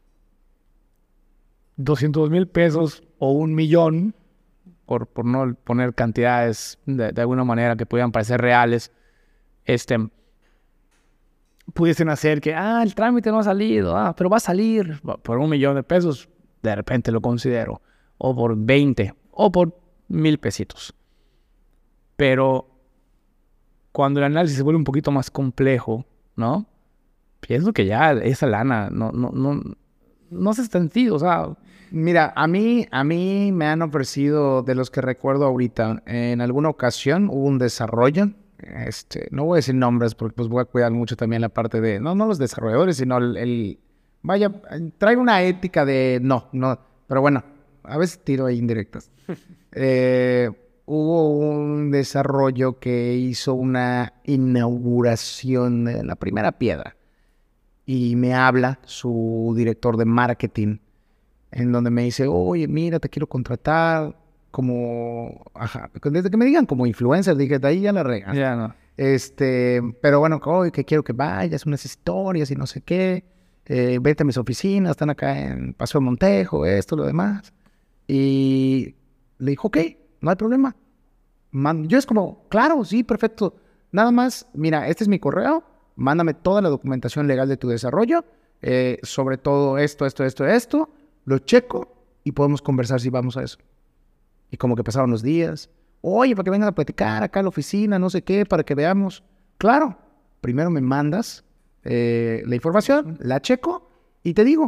doscientos mil pesos o un millón... Por, por no poner cantidades de, de alguna manera que pudieran parecer reales, este, pudiesen hacer que, ah, el trámite no ha salido, ah, pero va a salir por un millón de pesos, de repente lo considero, o por veinte, o por mil pesitos. Pero cuando el análisis se vuelve un poquito más complejo, ¿no? Pienso que ya esa lana no, no, no, no hace sentido, o sea... Mira, a mí, a mí me han ofrecido, de los que recuerdo ahorita, en alguna ocasión hubo un desarrollo, este, no voy a decir nombres porque pues voy a cuidar mucho también la parte de, no, no los desarrolladores, sino el, el vaya, traigo una ética de, no, no, pero bueno, a veces tiro ahí indirectas. eh, hubo un desarrollo que hizo una inauguración de la primera piedra y me habla su director de marketing, en donde me dice, oye, mira, te quiero contratar como, ajá, desde que me digan como influencer, dije, de ahí ya la regan. Ya no. Este, pero bueno, oye, que quiero que vayas, unas historias y no sé qué, eh, vete a mis oficinas, están acá en Paseo Montejo, esto, lo demás. Y le dijo, ok, no hay problema. Man, yo es como, claro, sí, perfecto. Nada más, mira, este es mi correo, mándame toda la documentación legal de tu desarrollo, eh, sobre todo esto, esto, esto, esto, lo checo y podemos conversar si vamos a eso. Y como que pasaron los días. Oye, para que vengan a platicar acá a la oficina, no sé qué, para que veamos. Claro, primero me mandas eh, la información, la checo y te digo,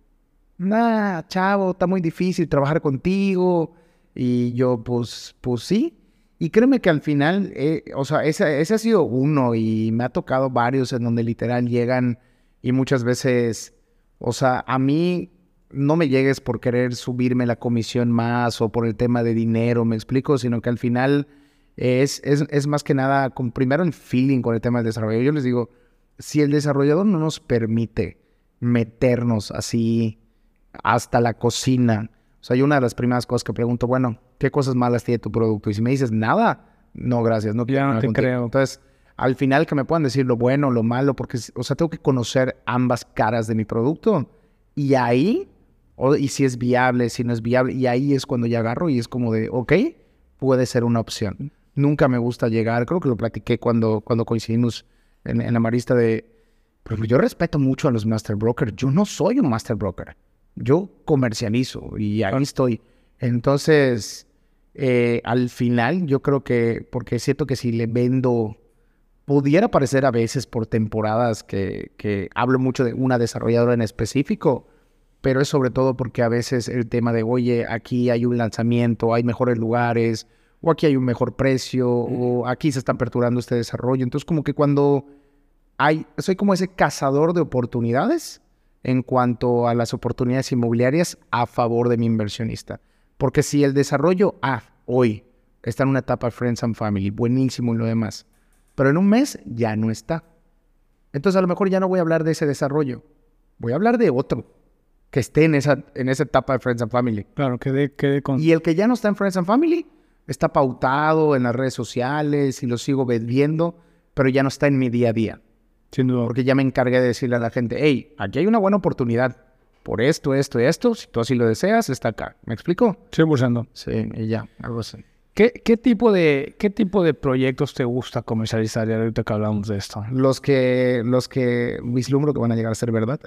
nah, chavo, está muy difícil trabajar contigo. Y yo, pues, pues sí. Y créeme que al final, eh, o sea, ese, ese ha sido uno y me ha tocado varios en donde literal llegan y muchas veces, o sea, a mí no me llegues por querer subirme la comisión más o por el tema de dinero, me explico, sino que al final es, es, es más que nada, con, primero el feeling con el tema del desarrollo. Yo les digo, si el desarrollador no nos permite meternos así hasta la cocina, o sea, yo una de las primeras cosas que pregunto, bueno, ¿qué cosas malas tiene tu producto? Y si me dices nada, no, gracias, no quiero Ya no nada te contigo. creo. Entonces, al final que me puedan decir lo bueno, lo malo, porque, o sea, tengo que conocer ambas caras de mi producto. Y ahí, o, y si es viable, si no es viable, y ahí es cuando ya agarro y es como de, ok, puede ser una opción. Nunca me gusta llegar, creo que lo platiqué cuando, cuando coincidimos en, en la marista de, pero yo respeto mucho a los master brokers, yo no soy un master broker, yo comercializo y ahí estoy. Entonces, eh, al final yo creo que, porque es cierto que si le vendo, pudiera parecer a veces por temporadas que, que hablo mucho de una desarrolladora en específico, pero es sobre todo porque a veces el tema de, oye, aquí hay un lanzamiento, hay mejores lugares, o aquí hay un mejor precio, o aquí se está aperturando este desarrollo. Entonces, como que cuando hay, soy como ese cazador de oportunidades en cuanto a las oportunidades inmobiliarias a favor de mi inversionista. Porque si el desarrollo A, hoy, está en una etapa Friends and Family, buenísimo y lo demás, pero en un mes ya no está. Entonces, a lo mejor ya no voy a hablar de ese desarrollo. Voy a hablar de otro que esté en esa, en esa etapa de Friends and Family. Claro, quedé, quedé con... Y el que ya no está en Friends and Family está pautado en las redes sociales y lo sigo viendo, pero ya no está en mi día a día. Sin duda. Porque ya me encargué de decirle a la gente, hey, aquí hay una buena oportunidad por esto, esto y esto. Si tú así lo deseas, está acá. ¿Me explico? cien por ciento. Sí, y ya, algo así. ¿Qué, qué, tipo de, ¿Qué tipo de proyectos te gusta comercializar? Ya ahorita que hablamos de esto. Los que, los que vislumbro que van a llegar a ser verdad.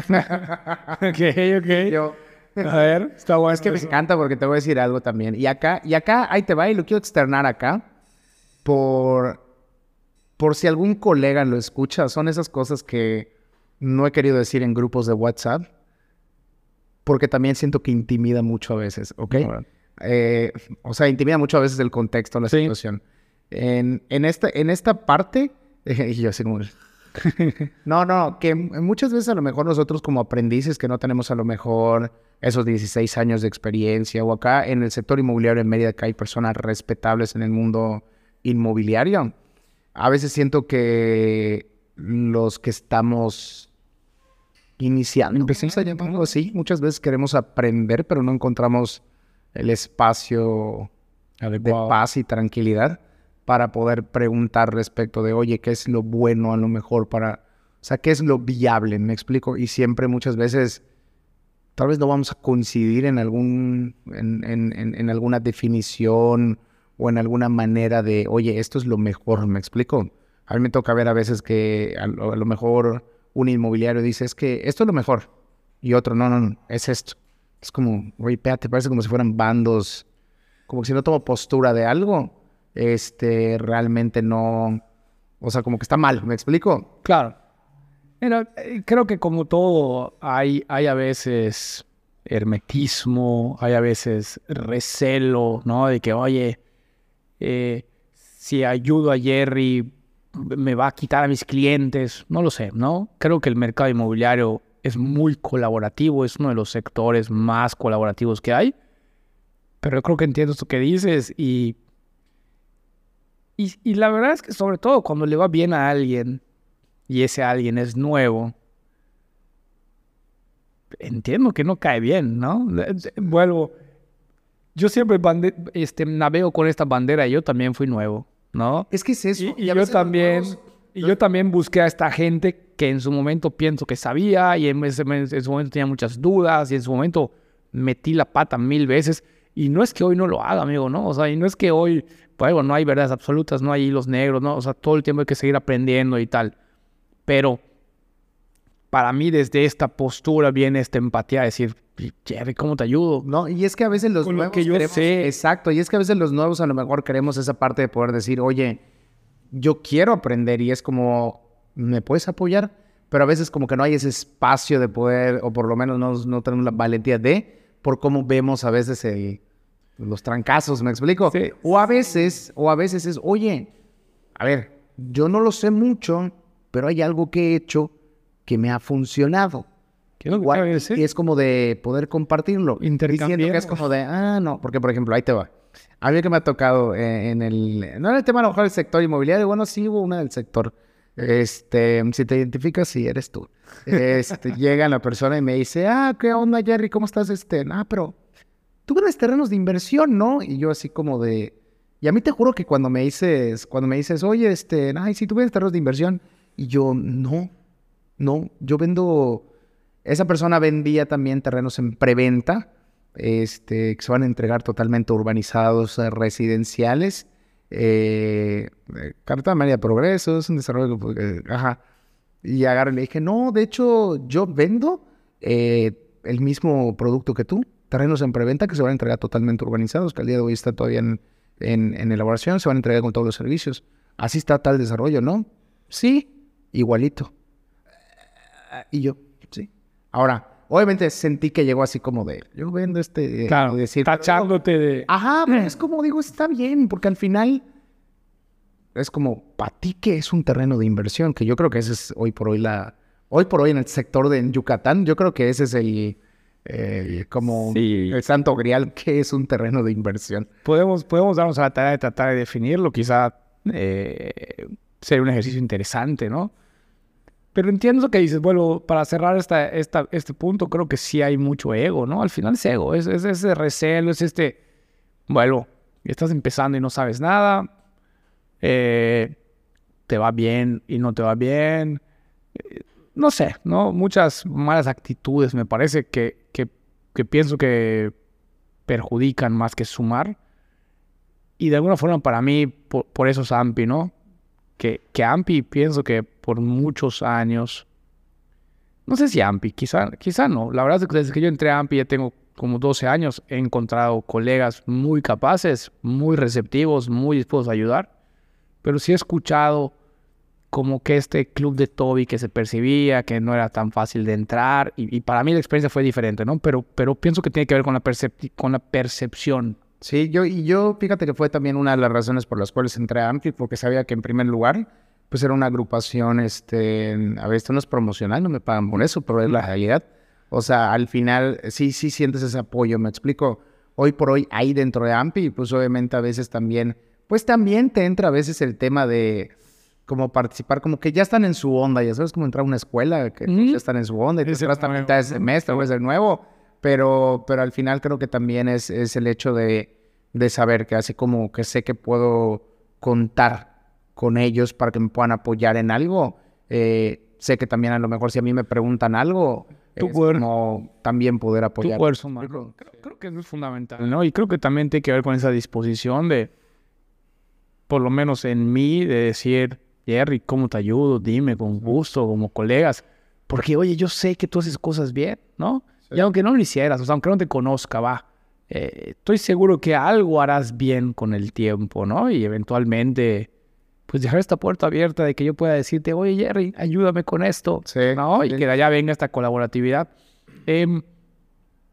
Ok, ok. Yo, A ver, está bueno. es que me eso. encanta porque te voy a decir algo también. Y acá, y acá, ahí te va, y lo quiero externar acá, por, por si algún colega lo escucha. Son esas cosas que no he querido decir en grupos de WhatsApp, porque también siento que intimida mucho a veces, ¿ok? Bueno. Eh, o sea, intimida mucho a veces el contexto, la Sí. situación. En, en, esta, en esta parte, y yo así como... No, no, que muchas veces a lo mejor nosotros como aprendices que no tenemos a lo mejor esos dieciséis años de experiencia, o acá en el sector inmobiliario en Mérida, que hay personas respetables en el mundo inmobiliario, a veces siento que los que estamos iniciando, empecemos a llamarlo así, muchas veces queremos aprender, pero no encontramos el espacio de Adecuado. paz y tranquilidad para poder preguntar respecto de, oye, ¿qué es lo bueno a lo mejor para... O sea, ¿qué es lo viable? ¿Me explico? Y siempre, muchas veces, tal vez no vamos a coincidir en algún... en, en, en, en alguna definición o en alguna manera de, oye, esto es lo mejor, ¿me explico? A mí me toca ver a veces que a lo, a lo mejor un inmobiliario dice, es que esto es lo mejor. Y otro, no, no, no, es esto. Es como, oye, espérate, parece como si fueran bandos, como que si no tomo postura de algo, este, realmente no, o sea, como que está mal, ¿me explico? Claro. Mira, eh, creo que como todo, hay, hay a veces hermetismo, hay a veces recelo, ¿no? De que, oye, eh, si ayudo a Jerry, me va a quitar a mis clientes. No lo sé, ¿no? Creo que el mercado inmobiliario es muy colaborativo, es uno de los sectores más colaborativos que hay. Pero yo creo que entiendo esto que dices y, y, y la verdad es que sobre todo cuando le va bien a alguien y ese alguien es nuevo, entiendo que no cae bien, ¿no? Vuelvo, yo siempre bande, este, navego con esta bandera y yo también fui nuevo, ¿no? Es que es eso. Y, y, y yo también, nuevos... y yo también busqué a esta gente que en su momento pienso que sabía y en, ese, en su momento tenía muchas dudas y en su momento metí la pata mil veces. Y no es que hoy no lo haga, amigo, ¿no? O sea, y no es que hoy, pues, bueno, no hay verdades absolutas, no hay hilos negros, ¿no? O sea, todo el tiempo hay que seguir aprendiendo y tal. Pero para mí desde esta postura viene esta empatía, decir, Jerry, ¿cómo te ayudo? No, y es que a veces los Con nuevos lo que yo queremos, sé. Exacto, y es que a veces los nuevos a lo mejor queremos esa parte de poder decir, oye, yo quiero aprender y es como, ¿me puedes apoyar? Pero a veces como que no hay ese espacio de poder, o por lo menos no, no tenemos la valentía de, por cómo vemos a veces el... los trancazos, ¿me explico? Sí. O a veces, o a veces es, oye, a ver, yo no lo sé mucho, pero hay algo que he hecho que me ha funcionado. ¿Qué es lo que Igual, cabe decir? y es como de poder compartirlo. Intercambiemos. Diciendo que es como de, ah, no, porque por ejemplo, ahí te va. A mí que me ha tocado eh, en el, no en el tema a lo mejor del sector inmobiliario, bueno, sí hubo una del sector. Este, si te identificas, sí, eres tú. Este, llega la persona y me dice, ah, ¿qué onda, Jerry? ¿Cómo estás? Este, ah, pero tú vendes terrenos de inversión, ¿no? Y yo así como de... Y a mí te juro que cuando me dices, cuando me dices, oye, este, ay, si tú vendes terrenos de inversión, y yo, no, no, yo vendo... Esa persona vendía también terrenos en preventa, este, que se van a entregar totalmente urbanizados, eh, residenciales, eh, eh, Carta María de Progreso, es un desarrollo, eh, ajá. Y agarré y le dije, no, de hecho, yo vendo eh, el mismo producto que tú, terrenos en preventa que se van a entregar totalmente urbanizados, que al día de hoy está todavía en, en, en elaboración, se van a entregar con todos los servicios. Así está tal desarrollo, ¿no? Sí, igualito. Y yo, sí. Ahora, obviamente sentí que llegó así como de, yo vendo este... Claro, de decir, tachándote de... Ajá, pero es como digo, está bien, porque al final es como, para ti que es un terreno de inversión, que yo creo que ese es hoy por hoy la... Hoy por hoy en el sector de Yucatán, yo creo que ese es el... Eh, como Sí. el santo grial, que es un terreno de inversión. Podemos, podemos darnos a la tarea de tratar de definirlo, quizá eh, sería un ejercicio interesante, ¿no? Pero entiendo lo que dices. Bueno, para cerrar esta, esta, este punto, creo que sí hay mucho ego, ¿no? Al final es ego, es, es ese recelo, es este... Bueno, estás empezando y no sabes nada, eh, te va bien y no te va bien, eh, no sé, ¿no? Muchas malas actitudes me parece que, que, que pienso que perjudican más que sumar. Y de alguna forma para mí, por, por eso es AMPI, ¿no? Que, que AMPI pienso que por muchos años, no sé si AMPI, quizá, quizá no. La verdad es que desde que yo entré a AMPI ya tengo como doce años, he encontrado colegas muy capaces, muy receptivos, muy dispuestos a ayudar. Pero sí he escuchado como que este club de Toby que se percibía, que no era tan fácil de entrar. Y, y para mí la experiencia fue diferente, ¿no? Pero, pero pienso que tiene que ver con la, percep- con la percepción. Sí, yo, y yo, fíjate que fue también una de las razones por las cuales entré a AMPI, porque sabía que en primer lugar, pues era una agrupación, este, a ver, esto no es promocional, no me pagan por eso, pero es la realidad. O sea, al final, sí, sí sientes ese apoyo, me explico. Hoy por hoy, ahí dentro de AMPI, pues obviamente a veces también, pues también te entra a veces el tema de como participar, como que ya están en su onda, ya sabes, como entrar a una escuela, que Mm. ya están en su onda, y tú Es el entras a nuevo, mitad de ¿no? semestre, o es el nuevo. Pero, pero al final creo que también es, es el hecho de, de saber que así como que sé que puedo contar con ellos para que me puedan apoyar en algo, eh, sé que también a lo mejor si a mí me preguntan algo, Tú es poder- como también poder Tu apoyar. poder sumar. Creo, creo que eso es fundamental, ¿no? Y creo que también tiene que ver con esa disposición de, por lo menos en mí, de decir, Jerry, ¿cómo te ayudo? Dime, con gusto, como colegas. Porque, oye, yo sé que tú haces cosas bien, ¿no? Sí. Y aunque no lo hicieras, o sea, aunque no te conozca, va, eh, estoy seguro que algo harás bien con el tiempo, ¿no? Y eventualmente, pues dejar esta puerta abierta de que yo pueda decirte, oye, Jerry, ayúdame con esto, Sí, ¿no? Y sí. que de allá venga esta colaboratividad. Em,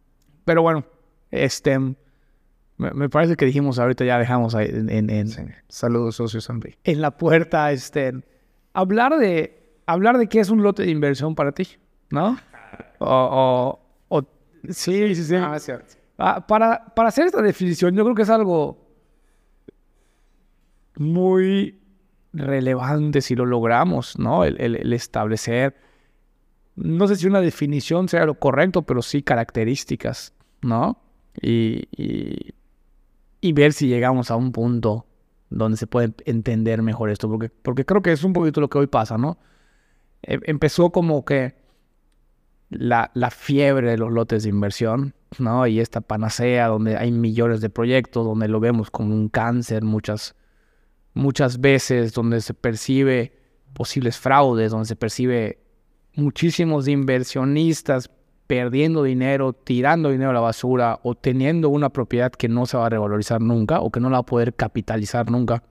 Pero bueno, este, me, me parece que dijimos ahorita, ya dejamos ahí en, en, en, Sí. Saludos, socios Zambi. en la puerta, este, hablar de, hablar de qué es un lote de inversión para ti, ¿no? O, o, o sí, sí, sí. Ah, es cierto. Ah, para, para hacer esta definición, yo creo que es algo muy relevante si lo logramos, ¿no? El, el- el establecer, no sé si una definición sea lo correcto, pero sí características, ¿no? Y, y, y ver si llegamos a un punto donde se puede entender mejor esto, porque, porque creo que es un poquito lo que hoy pasa, ¿no? Em- empezó como que la, la fiebre de los lotes de inversión, ¿no? Y esta panacea donde hay millones de proyectos, donde lo vemos como un cáncer muchas, muchas veces, donde se percibe posibles fraudes, donde se percibe muchísimos inversionistas perdiendo dinero, tirando dinero a la basura o teniendo una propiedad que no se va a revalorizar nunca o que no la va a poder capitalizar nunca.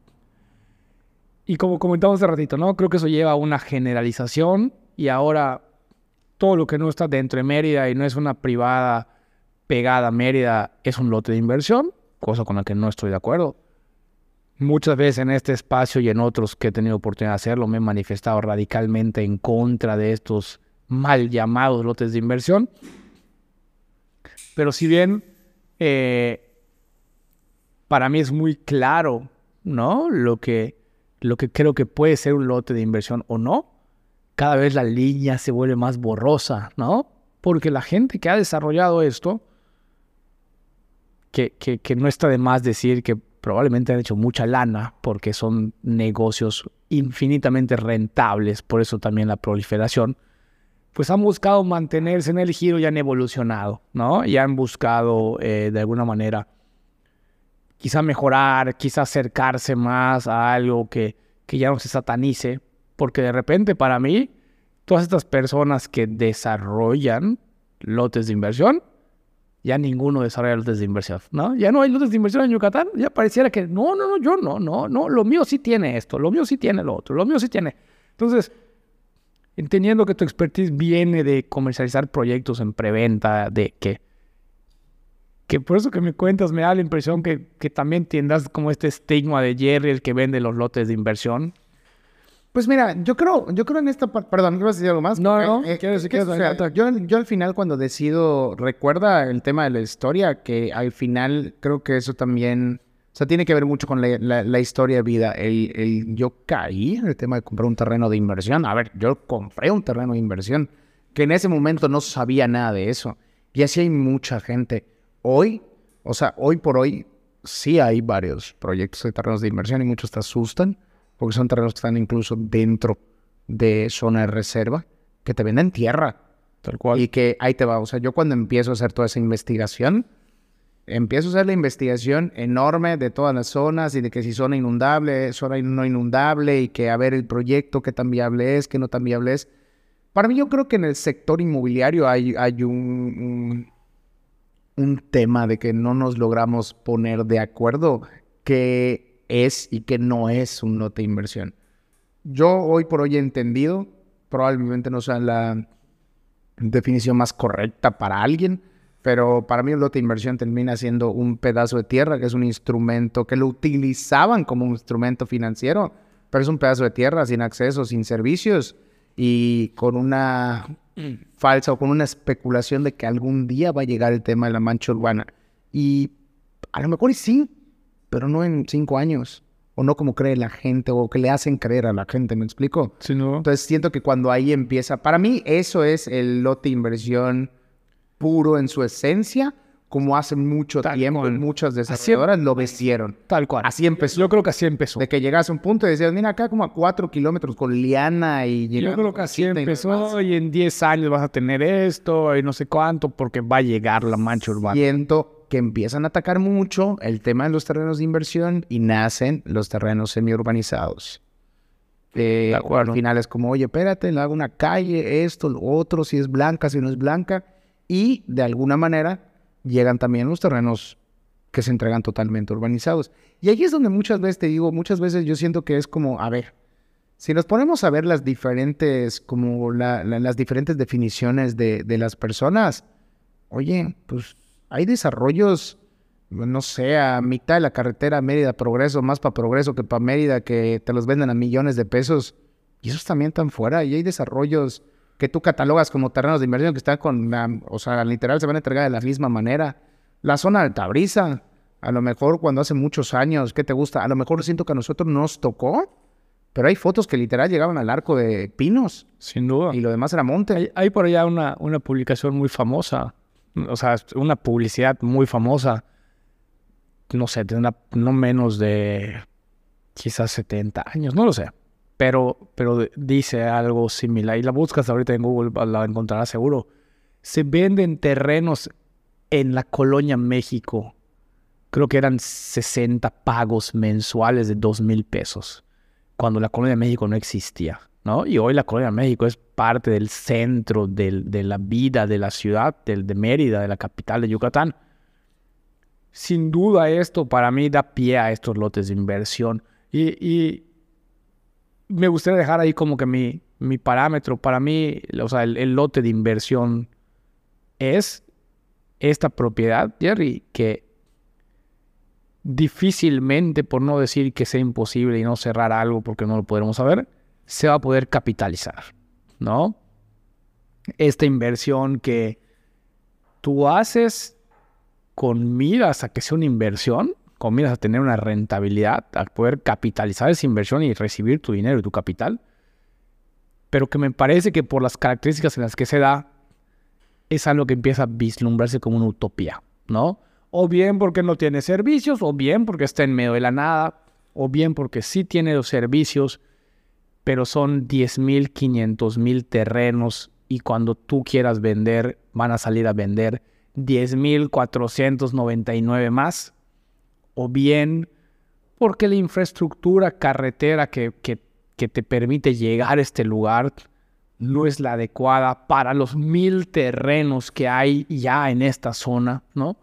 Y como comentamos hace ratito, ¿no? Creo que eso lleva a una generalización y ahora todo lo que no está dentro de Mérida y no es una privada pegada a Mérida es un lote de inversión, cosa con la que no estoy de acuerdo. Muchas veces en este espacio y en otros que he tenido oportunidad de hacerlo, me he manifestado radicalmente en contra de estos mal llamados lotes de inversión. Pero si bien eh, para mí es muy claro, ¿no? Lo que, lo que creo que puede ser un lote de inversión o no, cada vez la línea se vuelve más borrosa, ¿no? Porque la gente que ha desarrollado esto, que, que, que no está de más decir que probablemente han hecho mucha lana porque son negocios infinitamente rentables, por eso también la proliferación, pues han buscado mantenerse en el giro y han evolucionado, ¿no? Y han buscado eh, de alguna manera quizá mejorar, quizá acercarse más a algo que, que ya no se satanice, porque de repente para mí, todas estas personas que desarrollan lotes de inversión, ya ninguno desarrolla lotes de inversión, ¿no? Ya no hay lotes de inversión en Yucatán, ya pareciera que no, no, no, yo no, no, no, lo mío sí tiene esto, lo mío sí tiene lo otro, lo mío sí tiene. Entonces, entendiendo que tu expertise viene de comercializar proyectos en preventa, de que, que por eso que me cuentas me da la impresión que, que también tiendas como este estigma de Jerry, el que vende los lotes de inversión. Pues mira, yo creo, yo creo en esta parte, perdón, ¿quieres decir algo más? No, Porque, no, eh, quieres- que- quieres- o sea, yo, yo al final cuando decido, recuerda el tema de la historia, que al final creo que eso también, o sea, tiene que ver mucho con la, la- la historia de vida. El, el- yo caí en el tema de comprar un terreno de inversión. A ver, yo compré un terreno de inversión, que en ese momento no sabía nada de eso. Y así hay mucha gente. Hoy, o sea, hoy por hoy, sí hay varios proyectos de terrenos de inversión y muchos te asustan, porque son terrenos que están incluso dentro de zona de reserva, que te venden tierra. Tal cual. Y que ahí te va. O sea, yo cuando empiezo a hacer toda esa investigación, empiezo a hacer la investigación enorme de todas las zonas y de que si zona inundable, zona no inundable y que a ver el proyecto, qué tan viable es, qué no tan viable es. Para mí yo creo que en el sector inmobiliario hay, hay un, un, un tema de que no nos logramos poner de acuerdo que es y que no es un lote de inversión. Yo hoy por hoy he entendido, probablemente no sea la definición más correcta para alguien, pero para mí un lote de inversión termina siendo un pedazo de tierra, que es un instrumento que lo utilizaban como un instrumento financiero, pero es un pedazo de tierra sin acceso, sin servicios y con una falsa o con una especulación de que algún día va a llegar el tema de la mancha urbana. Y a lo mejor sí, pero no en cinco años, o no como cree la gente, o que le hacen creer a la gente, ¿me explico? Sí, ¿no? Entonces siento que cuando ahí empieza, para mí eso es el lote de inversión puro en su esencia, como hace mucho Tal tiempo cual. muchas Así- desarrolladoras lo vendieron. Tal cual. Así empezó. Yo creo que así empezó. De que llegas a un punto y decías, mira, acá como a cuatro kilómetros con liana y Yo llegando creo que con así cinta y empezó demás. y en diez años vas a tener esto y no sé cuánto porque va a llegar la mancha urbana. Siento que empiezan a atacar mucho el tema de los terrenos de inversión y nacen los terrenos semiurbanizados. Eh, De acuerdo. Al final es como, oye, espérate, le hago una calle, esto, lo otro, si es blanca, si no es blanca. Y de alguna manera llegan también los terrenos que se entregan totalmente urbanizados. Y ahí es donde muchas veces te digo, muchas veces yo siento que es como, a ver, si nos ponemos a ver las diferentes, como la- la- las diferentes definiciones de, de las personas, oye, pues hay desarrollos, no sé, a mitad de la carretera Mérida Progreso, más para Progreso que para Mérida, que te los venden a millones de pesos. Y esos también están fuera. Y hay desarrollos que tú catalogas como terrenos de inversión que están con, la, o sea, literal se van a entregar de la misma manera. La zona de Altabrisa, a lo mejor cuando hace muchos años, ¿qué te gusta? A lo mejor siento que a nosotros nos tocó, pero hay fotos que literal llegaban al Arco de Pinos. Sin duda. Y lo demás era monte. Hay, hay por allá una, una publicación muy famosa, o sea, una publicidad muy famosa, no sé, tendrá no menos de quizás setenta años, no lo sé, pero, pero dice algo similar. Y la buscas ahorita en Google, la encontrarás seguro. Se venden terrenos en la Colonia México. Creo que eran sesenta pagos mensuales de dos mil pesos, cuando la Colonia México no existía, ¿no? Y hoy la Colonia México es parte del centro del, de la vida de la ciudad, del, de Mérida, de la capital de Yucatán. Sin duda esto para mí da pie a estos lotes de inversión. Y, y me gustaría dejar ahí como que mi, mi parámetro. Para mí, o sea, el, el lote de inversión es esta propiedad, Jerry, que difícilmente, por no decir que sea imposible y no cerrar algo porque no lo podremos saber, se va a poder capitalizar, ¿no? Esta inversión que tú haces con miras a que sea una inversión, con miras a tener una rentabilidad, a poder capitalizar esa inversión y recibir tu dinero y tu capital, pero que me parece que por las características en las que se da, es algo que empieza a vislumbrarse como una utopía, ¿no? O bien porque no tiene servicios, o bien porque está en medio de la nada, o bien porque sí tiene los servicios, pero son diez mil, quinientos mil terrenos y cuando tú quieras vender, van a salir a vender diez mil cuatrocientos noventa y nueve más. O bien porque la infraestructura carretera que, que, que te permite llegar a este lugar no es la adecuada para los mil terrenos que hay ya en esta zona, ¿no?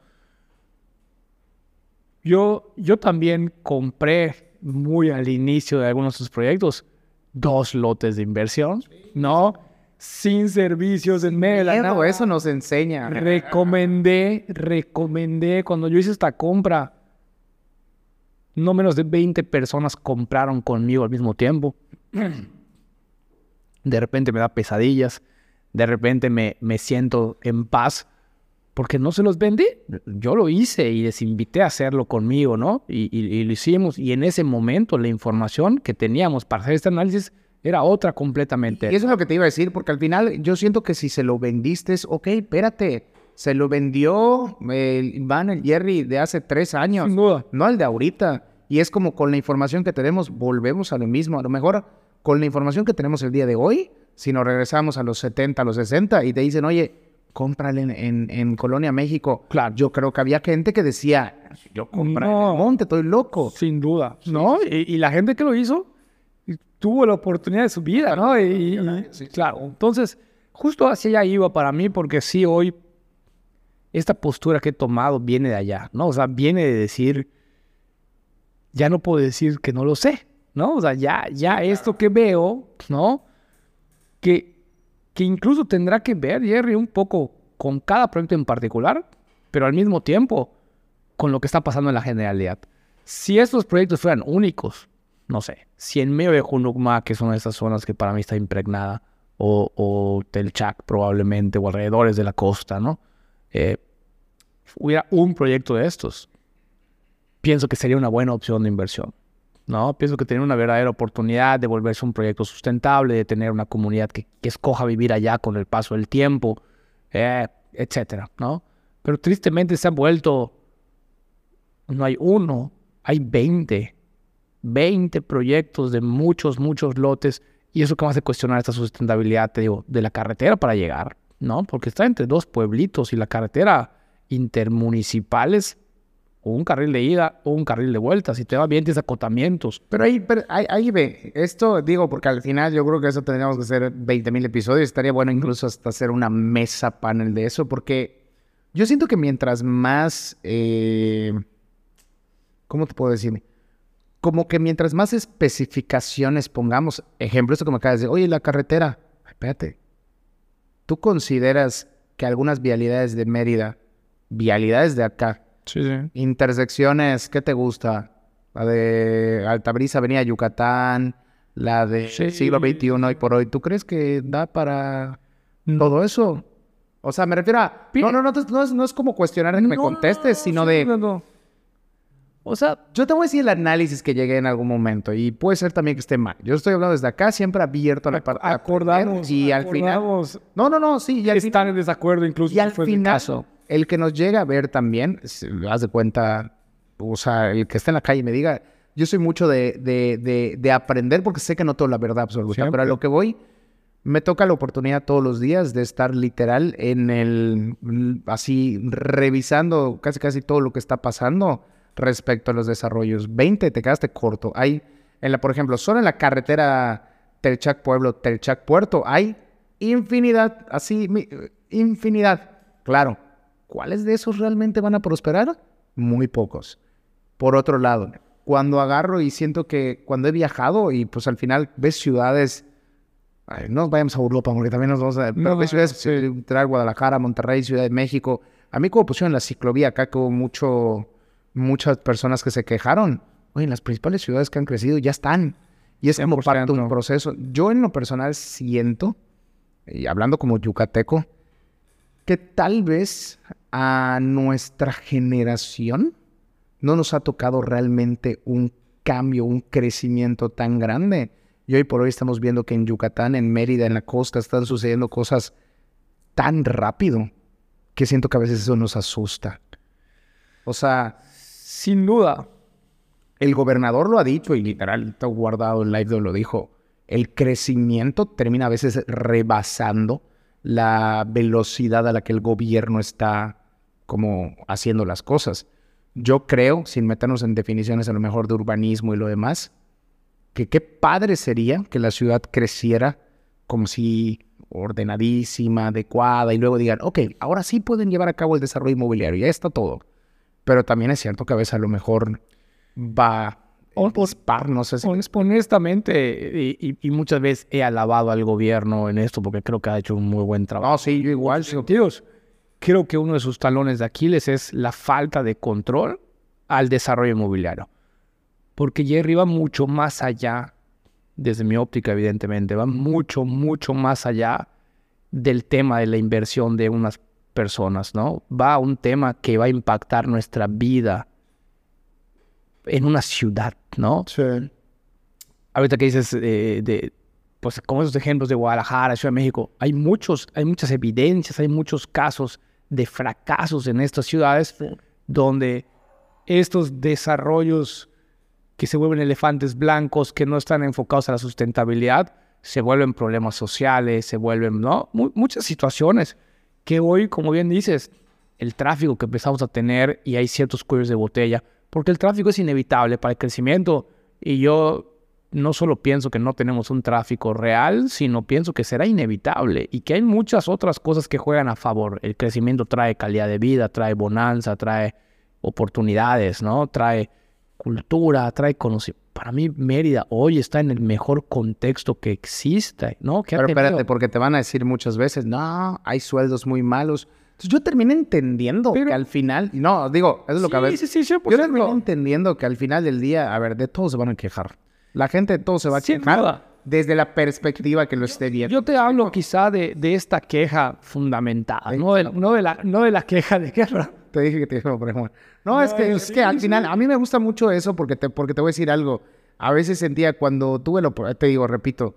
Yo, yo también compré muy al inicio de algunos de sus proyectos dos lotes de inversión, ¿no? Sin servicios en medio de la nada. Eso nos enseña. Recomendé, recomendé, cuando yo hice esta compra, no menos de veinte personas compraron conmigo al mismo tiempo. De repente me da pesadillas, de repente me, me siento en paz, porque no se los vendí. Yo lo hice y les invité a hacerlo conmigo, ¿no? Y, y, y lo hicimos. Y en ese momento la información que teníamos para hacer este análisis era otra completamente. Y eso es lo que te iba a decir, porque al final yo siento que si se lo vendiste, ok, espérate, se lo vendió el Iván, el Jerry de hace tres años. Sin duda. No el de ahorita. Y es como con la información que tenemos, volvemos a lo mismo. A lo mejor con la información que tenemos el día de hoy, si nos regresamos a los setenta, a los sesenta, y te dicen, oye, cómprale en, en, en Colonia México. Claro. Yo creo que había gente que decía, yo compré No. en el monte, estoy loco. Sin duda, Sí, ¿no? sí. Y, y la gente que lo hizo tuvo la oportunidad de su vida, ¿no? Y, y- Sí, sí. claro, entonces, justo hacia allá iba para mí, porque sí, hoy esta postura que he tomado viene de allá, ¿no? O sea, viene de decir, ya no puedo decir que no lo sé, ¿no? O sea, ya, ya esto que veo, ¿no? Que, que incluso tendrá que ver, Jerry, un poco con cada proyecto en particular, pero al mismo tiempo con lo que está pasando en la generalidad. Si estos proyectos fueran únicos, no sé, si en medio de Junucma, que es una de esas zonas que para mí está impregnada, o, o Telchac probablemente, o alrededores de la costa, ¿no? Eh, hubiera un proyecto de estos, pienso que sería una buena opción de inversión, ¿no? Pienso que tiene una verdadera oportunidad de volverse un proyecto sustentable, de tener una comunidad que, que escoja vivir allá con el paso del tiempo, eh, etcétera, ¿no? Pero tristemente se ha vuelto, no hay uno, hay veinte, veinte proyectos de muchos, muchos lotes, y eso que me hace cuestionar esta sustentabilidad, te digo, de la carretera para llegar, ¿no? Porque está entre dos pueblitos y la carretera intermunicipal es un carril de ida o un carril de vuelta. Si te va bien, tienes acotamientos. Pero ahí, pero ahí, ahí ve, esto digo, porque al final yo creo que eso tendríamos que hacer veinte mil episodios. Estaría bueno incluso hasta hacer una mesa panel de eso, porque yo siento que mientras más, eh, ¿cómo te puedo decir? Como que mientras más especificaciones pongamos, ejemplo, esto que me acabas de decir, oye, la carretera, espérate, ¿tú consideras que algunas vialidades de Mérida, vialidades de acá, Sí, sí. intersecciones, ¿qué te gusta? La de Altabrisa, Avenida Yucatán, la de Sí. siglo veintiuno hoy por hoy. ¿Tú crees que da para No. todo eso? O sea, me refiero a... No, no, no, no es, no es como cuestionar que me No, contestes, no, sino sí, de... no, no. O sea, Yo te voy a decir el análisis que llegué en algún momento y puede ser también que esté mal. Yo estoy hablando desde acá, siempre abierto a la parte... acordamos y al final... acordamos No, no, no, sí. Y al estar final, en desacuerdo incluso y al si fue el final caso. el que nos llega a ver también, si haz de cuenta, o sea, el que esté en la calle y me diga... Yo soy mucho de, de, de, de aprender porque sé que no tengo la verdad absoluta. Siempre. Pero a lo que voy, me toca la oportunidad todos los días de estar literal en el... Así, revisando casi casi todo lo que está pasando respecto a los desarrollos. veinte, te quedaste corto. Hay, en la, por ejemplo, solo en la carretera Telchac-Pueblo, Telchac-Puerto, hay infinidad, así, mi, infinidad. Claro, ¿cuáles de esos realmente van a prosperar? Muy pocos. Por otro lado, cuando agarro y siento que cuando he viajado y pues al final ves ciudades, ay, no nos vayamos a Europa porque también nos vamos a... Pero No, ves ciudades, sí. literal, Guadalajara, Monterrey, Ciudad de México. A mí como pusieron la ciclovía acá, que hubo mucho, muchas personas que se quejaron. Oye, en las principales ciudades que han crecido ya están. Y es como parte de un cien por ciento. proceso. Yo en lo personal siento, y hablando como yucateco, que tal vez a nuestra generación no nos ha tocado realmente un cambio, un crecimiento tan grande. Y hoy por hoy estamos viendo que en Yucatán, en Mérida, en la costa, están sucediendo cosas tan rápido que siento que a veces eso nos asusta. O sea, Sin duda. el gobernador lo ha dicho y literal, está guardado en live lo dijo. El crecimiento termina a veces rebasando la velocidad a la que el gobierno está como haciendo las cosas. Yo creo, sin meternos en definiciones a lo mejor de urbanismo y lo demás, que qué padre sería que la ciudad creciera como si ordenadísima, adecuada, y luego digan, ok, ahora sí pueden llevar a cabo el desarrollo inmobiliario, ya está todo. Pero también es cierto que a veces a lo mejor va a dispar, no sé si... Honestamente, y, y- y muchas veces he alabado al gobierno en esto porque creo que ha hecho un muy buen trabajo. No, sí, yo igual. sí. Sentidos. Creo que uno de sus talones de Aquiles es la falta de control al desarrollo inmobiliario. Porque Jerry va mucho más allá, desde mi óptica evidentemente, va mucho, mucho más allá del tema de la inversión de unas personas, ¿no? Va a un tema que va a impactar nuestra vida en una ciudad, ¿no? Sí. Ahorita que dices eh, de, pues como esos ejemplos de Guadalajara, Ciudad de México, hay muchos, hay muchas evidencias, hay muchos casos de fracasos en estas ciudades donde estos desarrollos que se vuelven elefantes blancos, que no están enfocados a la sustentabilidad, se vuelven problemas sociales, se vuelven, ¿no? Mu- muchas situaciones que hoy, como bien dices, el tráfico que empezamos a tener y hay ciertos cuellos de botella, porque el tráfico es inevitable para el crecimiento y yo no solo pienso que no tenemos un tráfico real, sino pienso que será inevitable y que hay muchas otras cosas que juegan a favor. El crecimiento trae calidad de vida, trae bonanza, trae oportunidades, ¿no? Trae cultura, trae conocimiento. Para mí Mérida hoy está en el mejor contexto que exista, ¿no? Que ha Pero tenido- espérate, porque te van a decir muchas veces, no, hay sueldos muy malos. Entonces yo terminé entendiendo Pero- que al final, no, digo, eso es lo que a Sí, veces... sí, sí, cien por Yo ciento. terminé entendiendo que al final del día, a ver, de todos se van a quejar. La gente de todos se va a Sin quejar duda. desde la perspectiva que lo esté viendo. Yo te hablo quizá de, de esta queja fundamentada, no de, no, de la, no de la queja de guerra. Te dije que te iba a poner mal. No, es que, es que al final, a mí me gusta mucho eso porque te, porque te voy a decir algo. A veces sentía cuando tuve lo... Te digo, repito,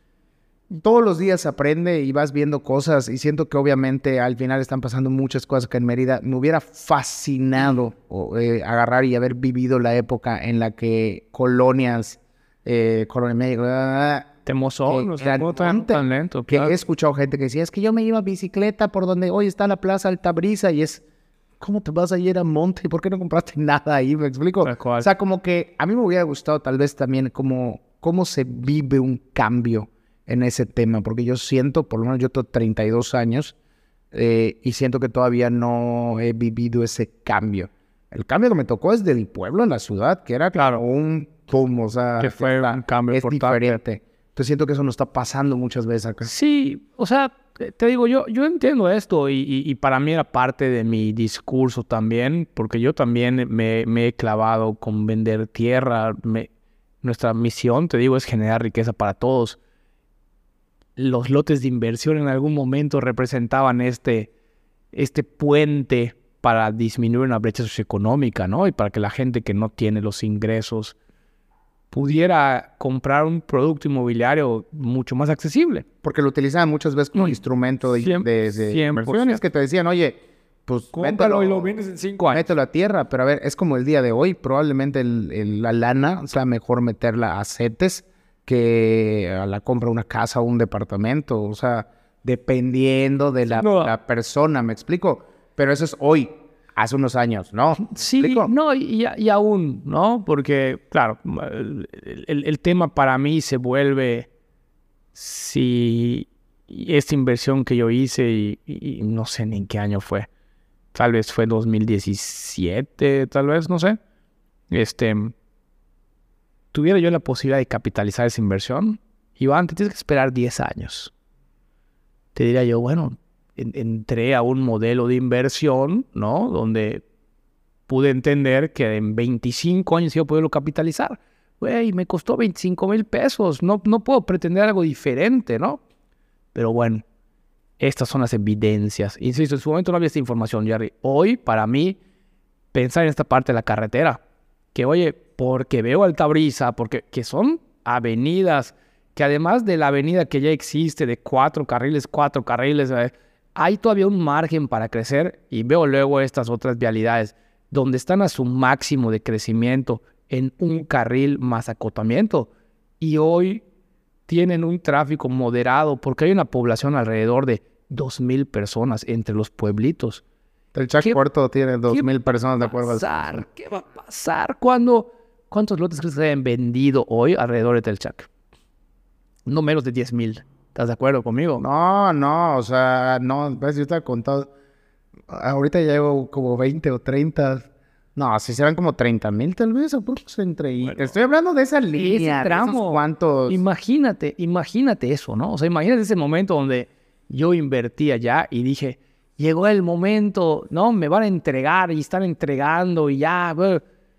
todos los días se aprende y vas viendo cosas y siento que obviamente al final están pasando muchas cosas que en Mérida me hubiera fascinado o, eh, agarrar y haber vivido la época en la que colonias, eh, Colonia México, ah, Te emociono, que eran no tan, monte, tan lento. que claro. he escuchado gente que decía, es que yo me iba a bicicleta por donde hoy está la Plaza Altabrisa y es, ¿cómo te vas a ir a monte? ¿Por qué no compraste nada ahí? ¿Me explico? Tal cual. O sea, como que a mí me hubiera gustado tal vez también como cómo se vive un cambio en ese tema, porque yo siento, por lo menos yo tengo treinta y dos años eh, y siento que todavía no he vivido ese cambio. El cambio que me tocó es del pueblo a la ciudad, que era Claro. como un pum, o sea, Que fue está- un cambio es importante. diferente. Entonces siento que eso nos está pasando muchas veces acá. Sí, o sea, te digo, yo, yo entiendo esto y, y, y para mí era parte de mi discurso también, porque yo también me, me he clavado con vender tierra. Me, nuestra misión, te digo, es generar riqueza para todos. Los lotes de inversión en algún momento representaban este, este puente para disminuir una brecha socioeconómica, ¿no? Y para que la gente que no tiene los ingresos pudiera comprar un producto inmobiliario mucho más accesible. Porque lo utilizaban muchas veces como No, instrumento de, cien- de, de cien por ciento. inversiones que te decían, oye, pues Cómpralo mételo, y lo vendes en cinco años. mételo a tierra. Pero a ver, es como el día de hoy. Probablemente el, el- la lana sea mejor meterla a CETES que a la compra de una casa o un departamento. O sea, dependiendo de la, No. la persona, ¿me explico? Pero eso es hoy, hace unos años, ¿no? ¿Me Sí, explico? no, y, y aún, ¿no? Porque, claro, el, el- el tema para mí se vuelve si esta inversión que yo hice, y, y- y no sé ni en qué año fue, tal vez fue dos mil diecisiete, tal vez, no sé, este, tuviera yo la posibilidad de capitalizar esa inversión, Iván, te tienes que esperar diez años. Te diría yo, bueno, en- entré a un modelo de inversión, ¿no? Donde pude entender que en veinticinco años iba a poderlo capitalizar. Güey, me costó veinticinco mil pesos. No, no puedo pretender algo diferente, ¿no? Pero bueno, estas son las evidencias. Insisto, en su momento no había esta información, Jerry. Hoy, para mí, pensar en esta parte de la carretera, que oye, porque veo Altabrisa, porque que son avenidas, que además de la avenida que ya existe de cuatro carriles, cuatro carriles, eh, hay todavía un margen para crecer, y veo luego estas otras vialidades donde están a su máximo de crecimiento en un carril más acotamiento, y hoy tienen un tráfico moderado porque hay una población alrededor de dos mil personas entre los pueblitos. El Chac ¿Qué- Puerto tiene dos ¿Qué mil va personas de a acuerdo. al- pasar? ¿Qué va a pasar cuando... ¿Cuántos lotes crees que se hayan vendido hoy alrededor de Telchac? No menos de diez mil. ¿Estás de acuerdo conmigo? No, no, o sea, no, ves, yo estaba contando, ahorita ya llevo como veinte o treinta, no, si serán como treinta mil tal vez, o pues entre ahí. Te estoy hablando de esa línea, Ese de esos tramo. cuantos. Imagínate, imagínate eso, ¿no? O sea, imagínate ese momento donde yo invertí allá y dije, llegó el momento, ¿no? Me van a entregar y están entregando y ya, bueno.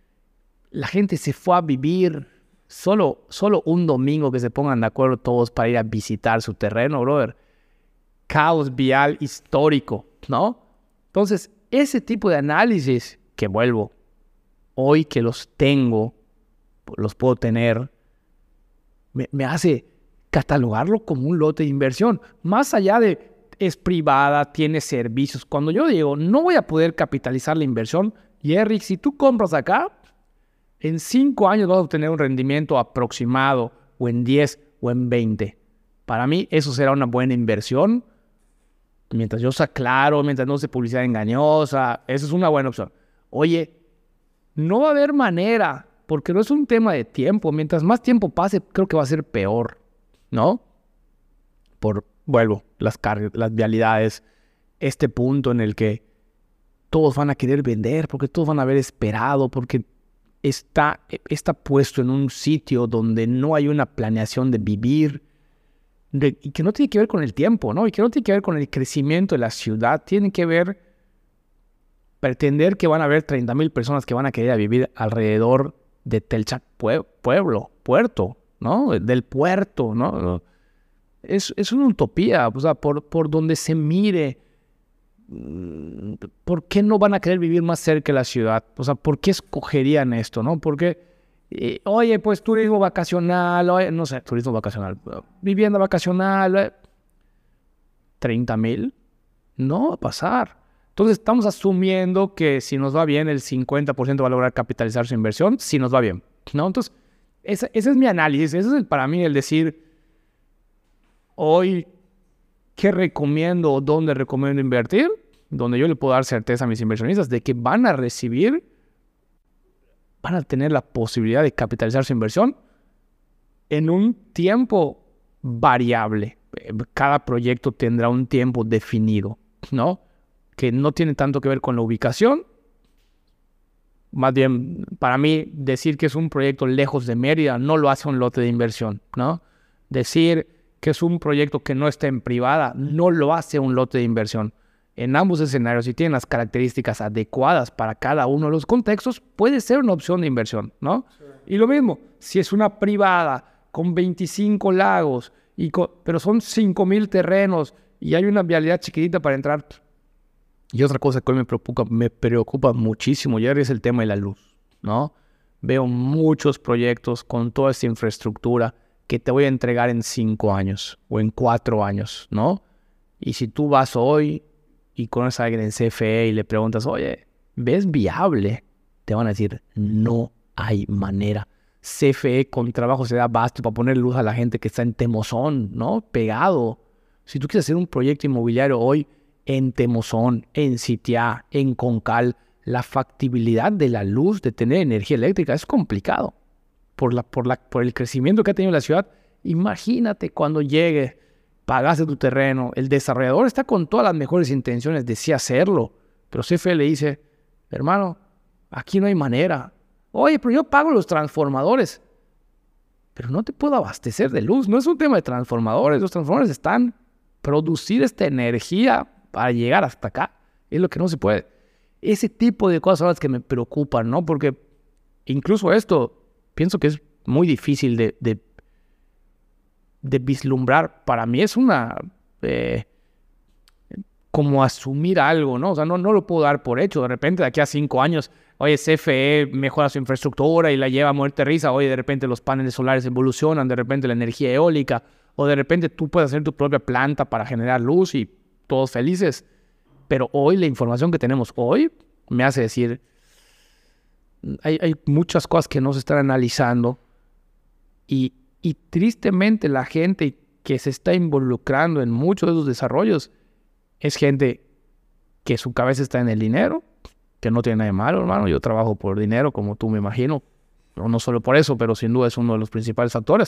La gente se fue a vivir solo, solo un domingo que se pongan de acuerdo todos para ir a visitar su terreno, brother. Caos vial histórico, ¿no? Entonces, ese tipo de análisis que vuelvo, hoy que los tengo, los puedo tener, me, me hace catalogarlo como un lote de inversión. Más allá de es privada, tiene servicios. Cuando yo digo, no voy a poder capitalizar la inversión, Jerry, si tú compras acá, en cinco años vas a obtener un rendimiento aproximado, o en diez, o en veinte. Para mí, eso será una buena inversión. Mientras yo sea claro, mientras no sea publicidad engañosa, eso es una buena opción. Oye, no va a haber manera, porque no es un tema de tiempo. Mientras más tiempo pase, creo que va a ser peor, ¿no? Por, vuelvo, las cargas, las vialidades, este punto en el que todos van a querer vender, porque todos van a haber esperado, porque está, está puesto en un sitio donde no hay una planeación de vivir, de, y que no tiene que ver con el tiempo, ¿no? Y que no tiene que ver con el crecimiento de la ciudad, tiene que ver pretender que van a haber treinta mil personas que van a querer vivir alrededor de Telchac pue pueblo, puerto, ¿no? Del puerto, ¿no? Es, es una utopía, o sea, por, por donde se mire. ¿Por qué no van a querer vivir más cerca de la ciudad? O sea, ¿por qué escogerían esto, no? Porque, eh, oye, pues turismo vacacional, oye, no sé, turismo vacacional, vivienda vacacional, eh, treinta mil, no va a pasar. Entonces estamos asumiendo que si nos va bien, el cincuenta por ciento va a lograr capitalizar su inversión, si nos va bien, ¿no? Entonces, ese, ese es mi análisis, ese es el, para mí el decir, hoy, ¿qué recomiendo o dónde recomiendo invertir? Donde yo le puedo dar certeza a mis inversionistas de que van a recibir, van a tener la posibilidad de capitalizar su inversión en un tiempo variable. Cada proyecto tendrá un tiempo definido, ¿no? Que no tiene tanto que ver con la ubicación. Más bien, para mí, decir que es un proyecto lejos de Mérida no lo hace un lote de inversión, ¿no? Decir que es un proyecto que no está en privada no lo hace un lote de inversión. En ambos escenarios, si tienen las características adecuadas para cada uno de los contextos, puede ser una opción de inversión, ¿no? Sí. Y lo mismo, si es una privada con veinticinco lagos, y con, pero son cinco mil terrenos y hay una vialidad chiquitita para entrar. Y otra cosa que hoy me preocupa, me preocupa muchísimo, ya es el tema de la luz, ¿no? Veo muchos proyectos con toda esta infraestructura que te voy a entregar en cinco años o en cuatro años, ¿no? Y si tú vas hoy y conoces a alguien en C F E y le preguntas, oye, ¿ves viable? Te van a decir, no hay manera. C F E con trabajo se da abasto para poner luz a la gente que está en Temozón, ¿no? Pegado. Si tú quieres hacer un proyecto inmobiliario hoy en Temozón, en Sitiá, en Concal, la factibilidad de la luz, de tener energía eléctrica, es complicado. Por, la, por, la, por el crecimiento que ha tenido la ciudad. Imagínate cuando llegue, pagaste tu terreno, el desarrollador está con todas las mejores intenciones de sí hacerlo, pero C F E le dice, hermano, aquí no hay manera. Oye, pero yo pago los transformadores, pero no te puedo abastecer de luz. No es un tema de transformadores, los transformadores están producir esta energía para llegar hasta acá. Es lo que no se puede. Ese tipo de cosas son las que me preocupan, ¿no? Porque incluso esto pienso que es muy difícil de, de, de vislumbrar. Para mí es una... Eh, como asumir algo, ¿no? O sea, no, no lo puedo dar por hecho. De repente, de aquí a cinco años, oye, C F E mejora su infraestructura y la lleva a muerte risa. Oye, de repente los paneles solares evolucionan, de repente la energía eólica, o de repente tú puedes hacer tu propia planta para generar luz y todos felices. Pero hoy, la información que tenemos hoy me hace decir... Hay, hay muchas cosas que no se están analizando y, y tristemente la gente que se está involucrando en muchos de esos desarrollos es gente que su cabeza está en el dinero, que no tiene nada de malo, hermano. Yo trabajo por dinero, como tú me imagino. No, no solo por eso, pero sin duda es uno de los principales factores.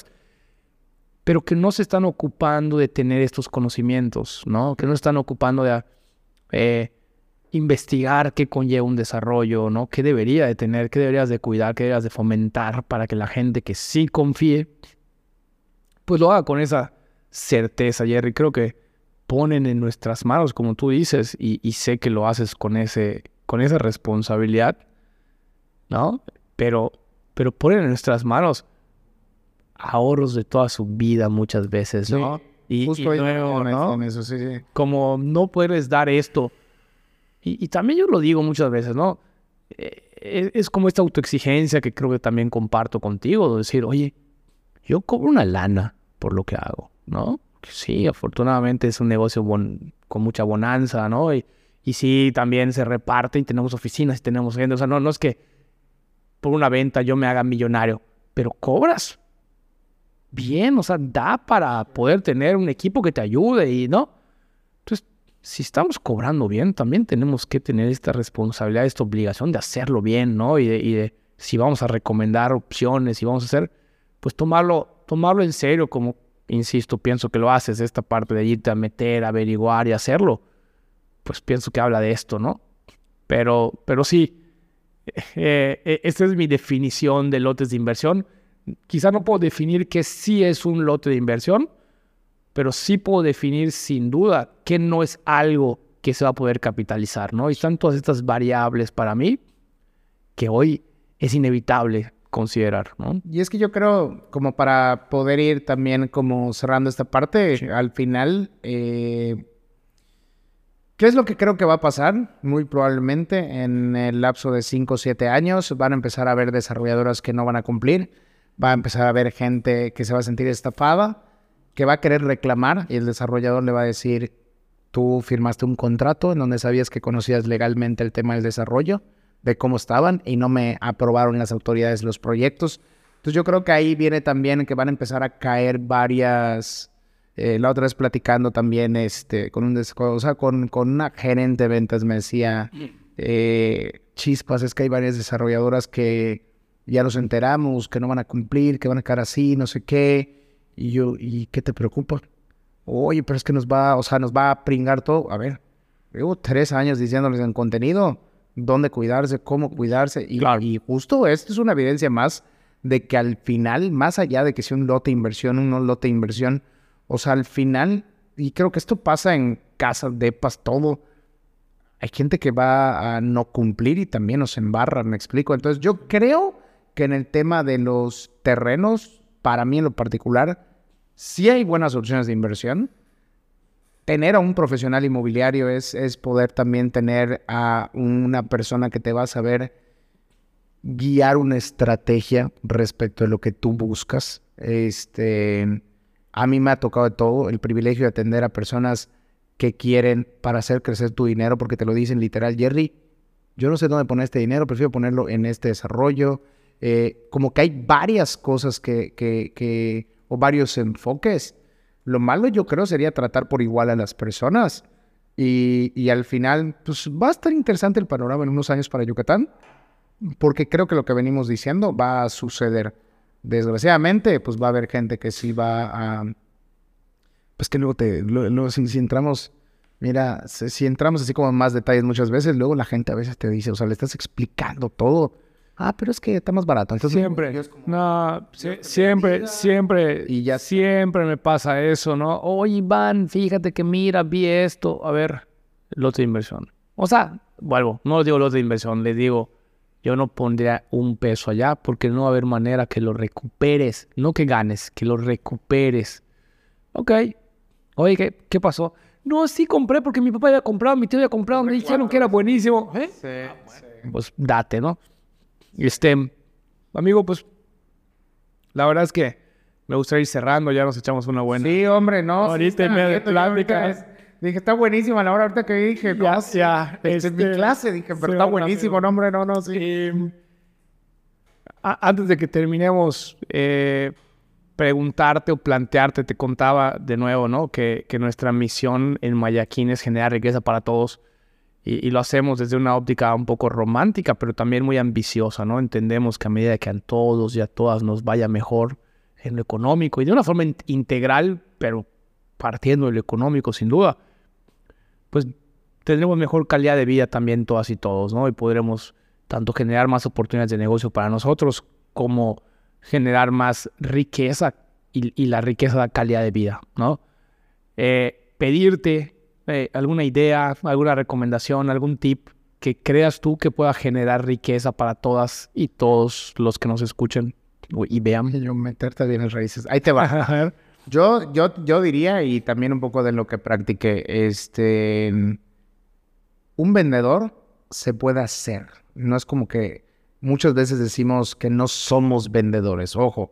Pero que no se están ocupando de tener estos conocimientos, ¿no? Que no están ocupando de... Eh, investigar qué conlleva un desarrollo, ¿no? ¿Qué debería de tener? ¿Qué deberías de cuidar? ¿Qué deberías de fomentar para que la gente que sí confíe, pues lo haga con esa certeza, Jerry? Creo que ponen en nuestras manos, como tú dices, y, y sé que lo haces con ese, con esa responsabilidad, ¿no? Pero, pero ponen en nuestras manos ahorros de toda su vida muchas veces, ¿no? Sí, y, justo y luego, ¿no? en eso, sí, sí. Como no puedes dar esto. Y, y también yo lo digo muchas veces, ¿no? Eh, es, es como esta autoexigencia que creo que también comparto contigo, de decir, oye, yo cobro una lana por lo que hago, ¿no? Sí, afortunadamente es un negocio bon, con mucha bonanza, ¿no? Y, y sí, también se reparte y tenemos oficinas y tenemos gente. O sea, no, no es que por una venta yo me haga millonario, pero cobras bien, o sea, da para poder tener un equipo que te ayude y, ¿no? Entonces, si estamos cobrando bien, también tenemos que tener esta responsabilidad, esta obligación de hacerlo bien, ¿no? Y de, y de si vamos a recomendar opciones y vamos a hacer, pues tomarlo, tomarlo en serio, como, insisto, pienso que lo haces, esta parte de irte a meter, averiguar y hacerlo, pues pienso que habla de esto, ¿no? Pero, pero sí, eh, eh, esta es mi definición de lotes de inversión. Quizá no puedo definir que sí es un lote de inversión, pero sí puedo definir sin duda que no es algo que se va a poder capitalizar, ¿no? Y están todas estas variables para mí que hoy es inevitable considerar, ¿no? Y es que yo creo, como para poder ir también como cerrando esta parte, sí. Al final, eh, ¿qué es lo que creo que va a pasar? Muy probablemente en el lapso de cinco o siete años van a empezar a haber desarrolladoras que no van a cumplir, va a empezar a haber gente que se va a sentir estafada, que va a querer reclamar y el desarrollador le va a decir, tú firmaste un contrato en donde sabías que conocías legalmente el tema del desarrollo, de cómo estaban y no me aprobaron las autoridades los proyectos. Entonces yo creo que ahí viene también que van a empezar a caer varias... Eh, la otra vez platicando también este, con, un, o sea, con, con una gerente de ventas me decía, eh, chispas, es que hay varias desarrolladoras que ya nos enteramos, que no van a cumplir, que van a quedar así, no sé qué. Y yo, ¿y qué te preocupa? Oye, pero es que nos va, o sea, nos va a pringar todo. A ver, llevo tres años diciéndoles en contenido dónde cuidarse, cómo cuidarse. Y, claro. y justo esto es una evidencia más de que al final, más allá de que sea un lote de inversión, un no lote de inversión, o sea, al final, y creo que esto pasa en casas, depas, todo, hay gente que va a no cumplir y también nos embarra, me explico. Entonces yo creo que en el tema de los terrenos, para mí en lo particular, sí hay buenas opciones de inversión. Tener a un profesional inmobiliario es, es poder también tener a una persona que te va a saber guiar una estrategia respecto de lo que tú buscas. Este, a mí me ha tocado de todo, el privilegio de atender a personas que quieren para hacer crecer tu dinero, porque te lo dicen literal, Jerry, yo no sé dónde poner este dinero, prefiero ponerlo en este desarrollo. Eh, como que hay varias cosas que, que, que, o varios enfoques. Lo malo yo creo sería tratar por igual a las personas y, y al final pues va a estar interesante el panorama en unos años para Yucatán, porque creo que lo que venimos diciendo va a suceder. Desgraciadamente pues va a haber gente que sí va a... Pues que luego, te, luego si, si entramos, mira, si, si entramos así como en más detalles muchas veces, luego la gente a veces te dice, o sea, le estás explicando todo. Ah, pero es que está más barato. Entonces, siempre, como, no, si, siempre, siempre, y ya siempre me pasa eso, ¿no? Oye, Iván, fíjate que mira, vi esto. A ver, lote de inversión. O sea, vuelvo, no digo lote de inversión, le digo, yo no pondría un peso allá porque no va a haber manera que lo recuperes. No que ganes, que lo recuperes. Ok. Oye, ¿qué, qué pasó? No, sí compré porque mi papá había comprado, mi tío había comprado, me dijeron que era buenísimo. ¿Eh? Sí, ah, bueno. Sí. Pues date, ¿no? Este, amigo, pues, la verdad es que me gustaría ir cerrando, ya nos echamos una buena. Sí, hombre, no. Ahorita en medio de plática. Dije, está buenísima la hora ahorita que dije. Ya, no, ya. Este, es mi clase, dije, pero sí, está buenísimo, no, hombre, no, no, sí. Eh, a, antes de que terminemos, eh, preguntarte o plantearte, te contaba de nuevo, ¿no? Que, que nuestra misión en Mayaquín es generar riqueza para todos. Y, y lo hacemos desde una óptica un poco romántica, pero también muy ambiciosa, ¿no? Entendemos que a medida que a todos y a todas nos vaya mejor en lo económico y de una forma in- integral, pero partiendo de lo económico sin duda, pues tendremos mejor calidad de vida también todas y todos, ¿no? Y podremos tanto generar más oportunidades de negocio para nosotros como generar más riqueza y, y la riqueza da calidad de vida, ¿no? Eh, pedirte Eh, alguna idea, alguna recomendación, algún tip que creas tú que pueda generar riqueza para todas y todos los que nos escuchen y vean. Yo meterte bien en raíces. Ahí te va. yo, yo, yo diría, y también un poco de lo que practiqué, este, un vendedor se puede hacer. No es como que muchas veces decimos que no somos vendedores. Ojo,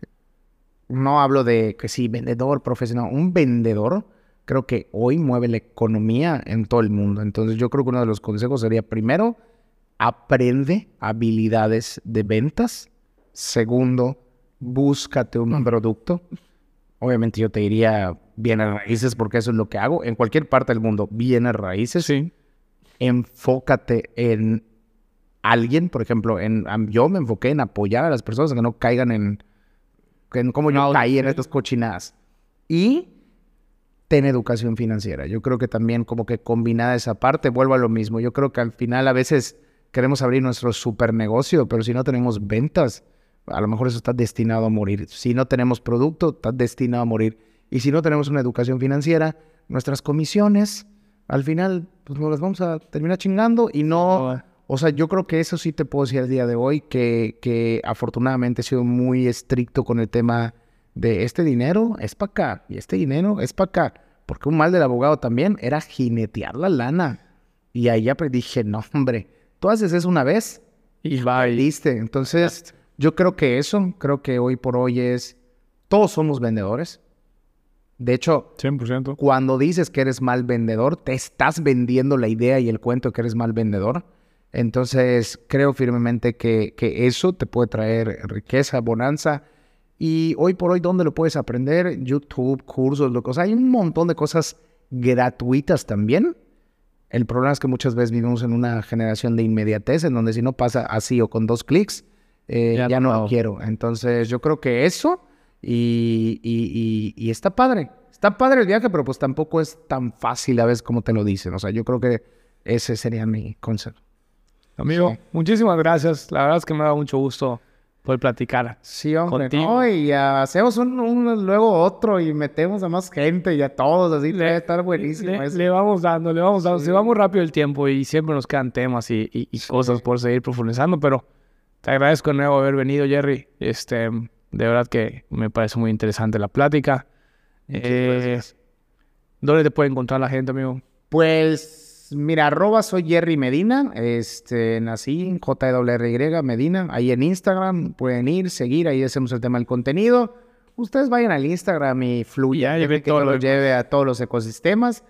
no hablo de que sí, vendedor profesional. Un vendedor creo que hoy mueve la economía en todo el mundo. Entonces yo creo que uno de los consejos sería, primero, aprende habilidades de ventas. Segundo, búscate un producto. Obviamente yo te diría bienes raíces porque eso es lo que hago. En cualquier parte del mundo, bienes raíces. Sí. Enfócate en alguien. Por ejemplo, en, yo me enfoqué en apoyar a las personas que no caigan en... en cómo yo no, caí sí. en estas cochinadas. Y... ten educación financiera. Yo creo que también como que combinada esa parte, vuelvo a lo mismo. Yo creo que al final a veces queremos abrir nuestro super negocio, pero si no tenemos ventas, a lo mejor eso está destinado a morir. Si no tenemos producto, está destinado a morir. Y si no tenemos una educación financiera, nuestras comisiones, al final, pues nos las vamos a terminar chingando y no... O sea, yo creo que eso sí te puedo decir al día de hoy, que, que afortunadamente he sido muy estricto con el tema de este dinero es para acá y este dinero es para acá. Porque un mal del abogado también era jinetear la lana. Y ahí ya dije, no, hombre, tú haces eso una vez y va y listo. Entonces, yo creo que eso, creo que hoy por hoy es, todos somos vendedores. De hecho, cien por ciento. Cuando dices que eres mal vendedor, te estás vendiendo la idea y el cuento de que eres mal vendedor. Entonces, creo firmemente que, que eso te puede traer riqueza, bonanza. Y hoy por hoy, ¿dónde lo puedes aprender? YouTube, cursos, lo que, o sea, hay un montón de cosas gratuitas también. El problema es que muchas veces vivimos en una generación de inmediatez, en donde si no pasa así o con dos clics, eh, ya, ya no, no lo quiero. Entonces, yo creo que eso, y, y, y, y está padre. Está padre el viaje, pero pues tampoco es tan fácil a veces como te lo dicen. O sea, yo creo que ese sería mi consejo. Amigo, sí. Muchísimas gracias. La verdad es que me ha dado mucho gusto poder platicar. Sí, hombre, contigo. ¿no? Y hacemos un, un, luego otro y metemos a más gente y a todos, así debe estar buenísimo. Le, eso. le vamos dando, le vamos dando. Sí. Se va muy rápido el tiempo y siempre nos quedan temas y, y, y Sí. cosas por seguir profundizando, pero te agradezco de nuevo haber venido, Jerry. Este, de verdad que me parece muy interesante la plática. Eh, ¿Dónde te puede encontrar la gente, amigo? Pues, mira, arroba soy Jerry Medina, este, nací J W R Y Medina, ahí en Instagram, pueden ir, seguir, ahí hacemos el tema del contenido. Ustedes vayan al Instagram y fluya, Ya, ya ve que todo todo lo los lleve a todos los ecosistemas.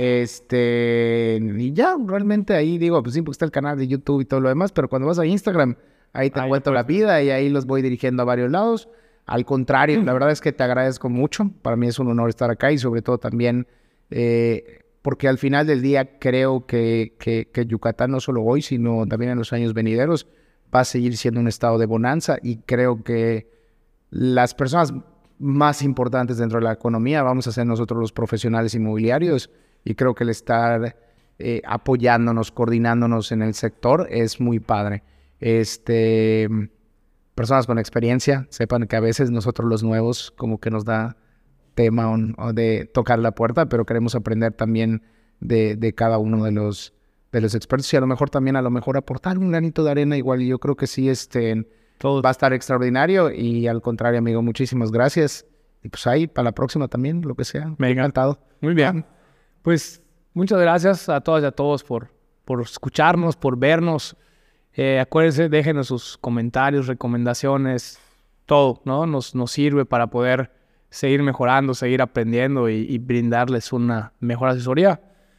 Este, y ya, realmente ahí digo, pues sí, porque está el canal de YouTube y todo lo demás, pero cuando vas a Instagram, ahí te Ahí cuento la puedes. vida y ahí los voy dirigiendo a varios lados. Al contrario, la verdad es que te agradezco mucho. Para mí es un honor estar acá y sobre todo también eh, porque al final del día creo que, que, que Yucatán no solo hoy, sino también en los años venideros va a seguir siendo un estado de bonanza y creo que las personas más importantes dentro de la economía vamos a ser nosotros los profesionales inmobiliarios y creo que el estar eh, apoyándonos, coordinándonos en el sector es muy padre. Este, personas con experiencia, sepan que a veces nosotros los nuevos como que nos da tema o, o de tocar la puerta, pero queremos aprender también de, de cada uno de los, de los expertos y a lo mejor también a lo mejor aportar un granito de arena igual. Y yo creo que sí, este, Todo. va a estar extraordinario y al contrario, amigo, muchísimas gracias. Y pues ahí, para la próxima también, lo que sea. Venga. Encantado. Muy bien. Pues muchas gracias a todas y a todos por, por escucharnos, por vernos. Eh, acuérdense, déjenos sus comentarios, recomendaciones, todo, ¿no? Nos, nos sirve para poder seguir mejorando, seguir aprendiendo y, y brindarles una mejor asesoría.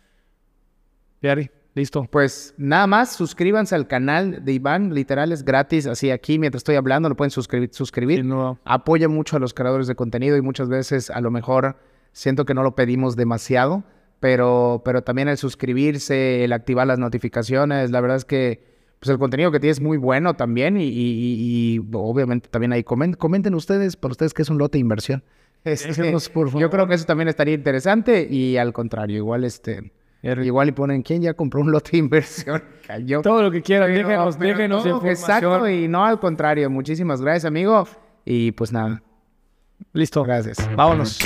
Jerry, listo. Pues nada más, suscríbanse al canal de Iván, literal es gratis, así aquí mientras estoy hablando lo pueden suscribir. suscribir. Sí, no. Apoya mucho a los creadores de contenido y muchas veces a lo mejor siento que no lo pedimos demasiado, pero, pero también el suscribirse, el activar las notificaciones, la verdad es que pues el contenido que tiene es muy bueno también y, y, y, y obviamente también ahí comenten, comenten ustedes, para ustedes que es un lote de inversión. Este, Déjenos, por favor. yo creo que eso también estaría interesante y al contrario, igual este... Jerry. Igual y ponen, ¿quién ya compró un lote de inversión? Cayó. Todo lo que quieran, Pero- déjenos, pero déjenos no, información. exacto, y no al contrario. Muchísimas gracias, amigo. Y pues nada, Listo. gracias. Vámonos.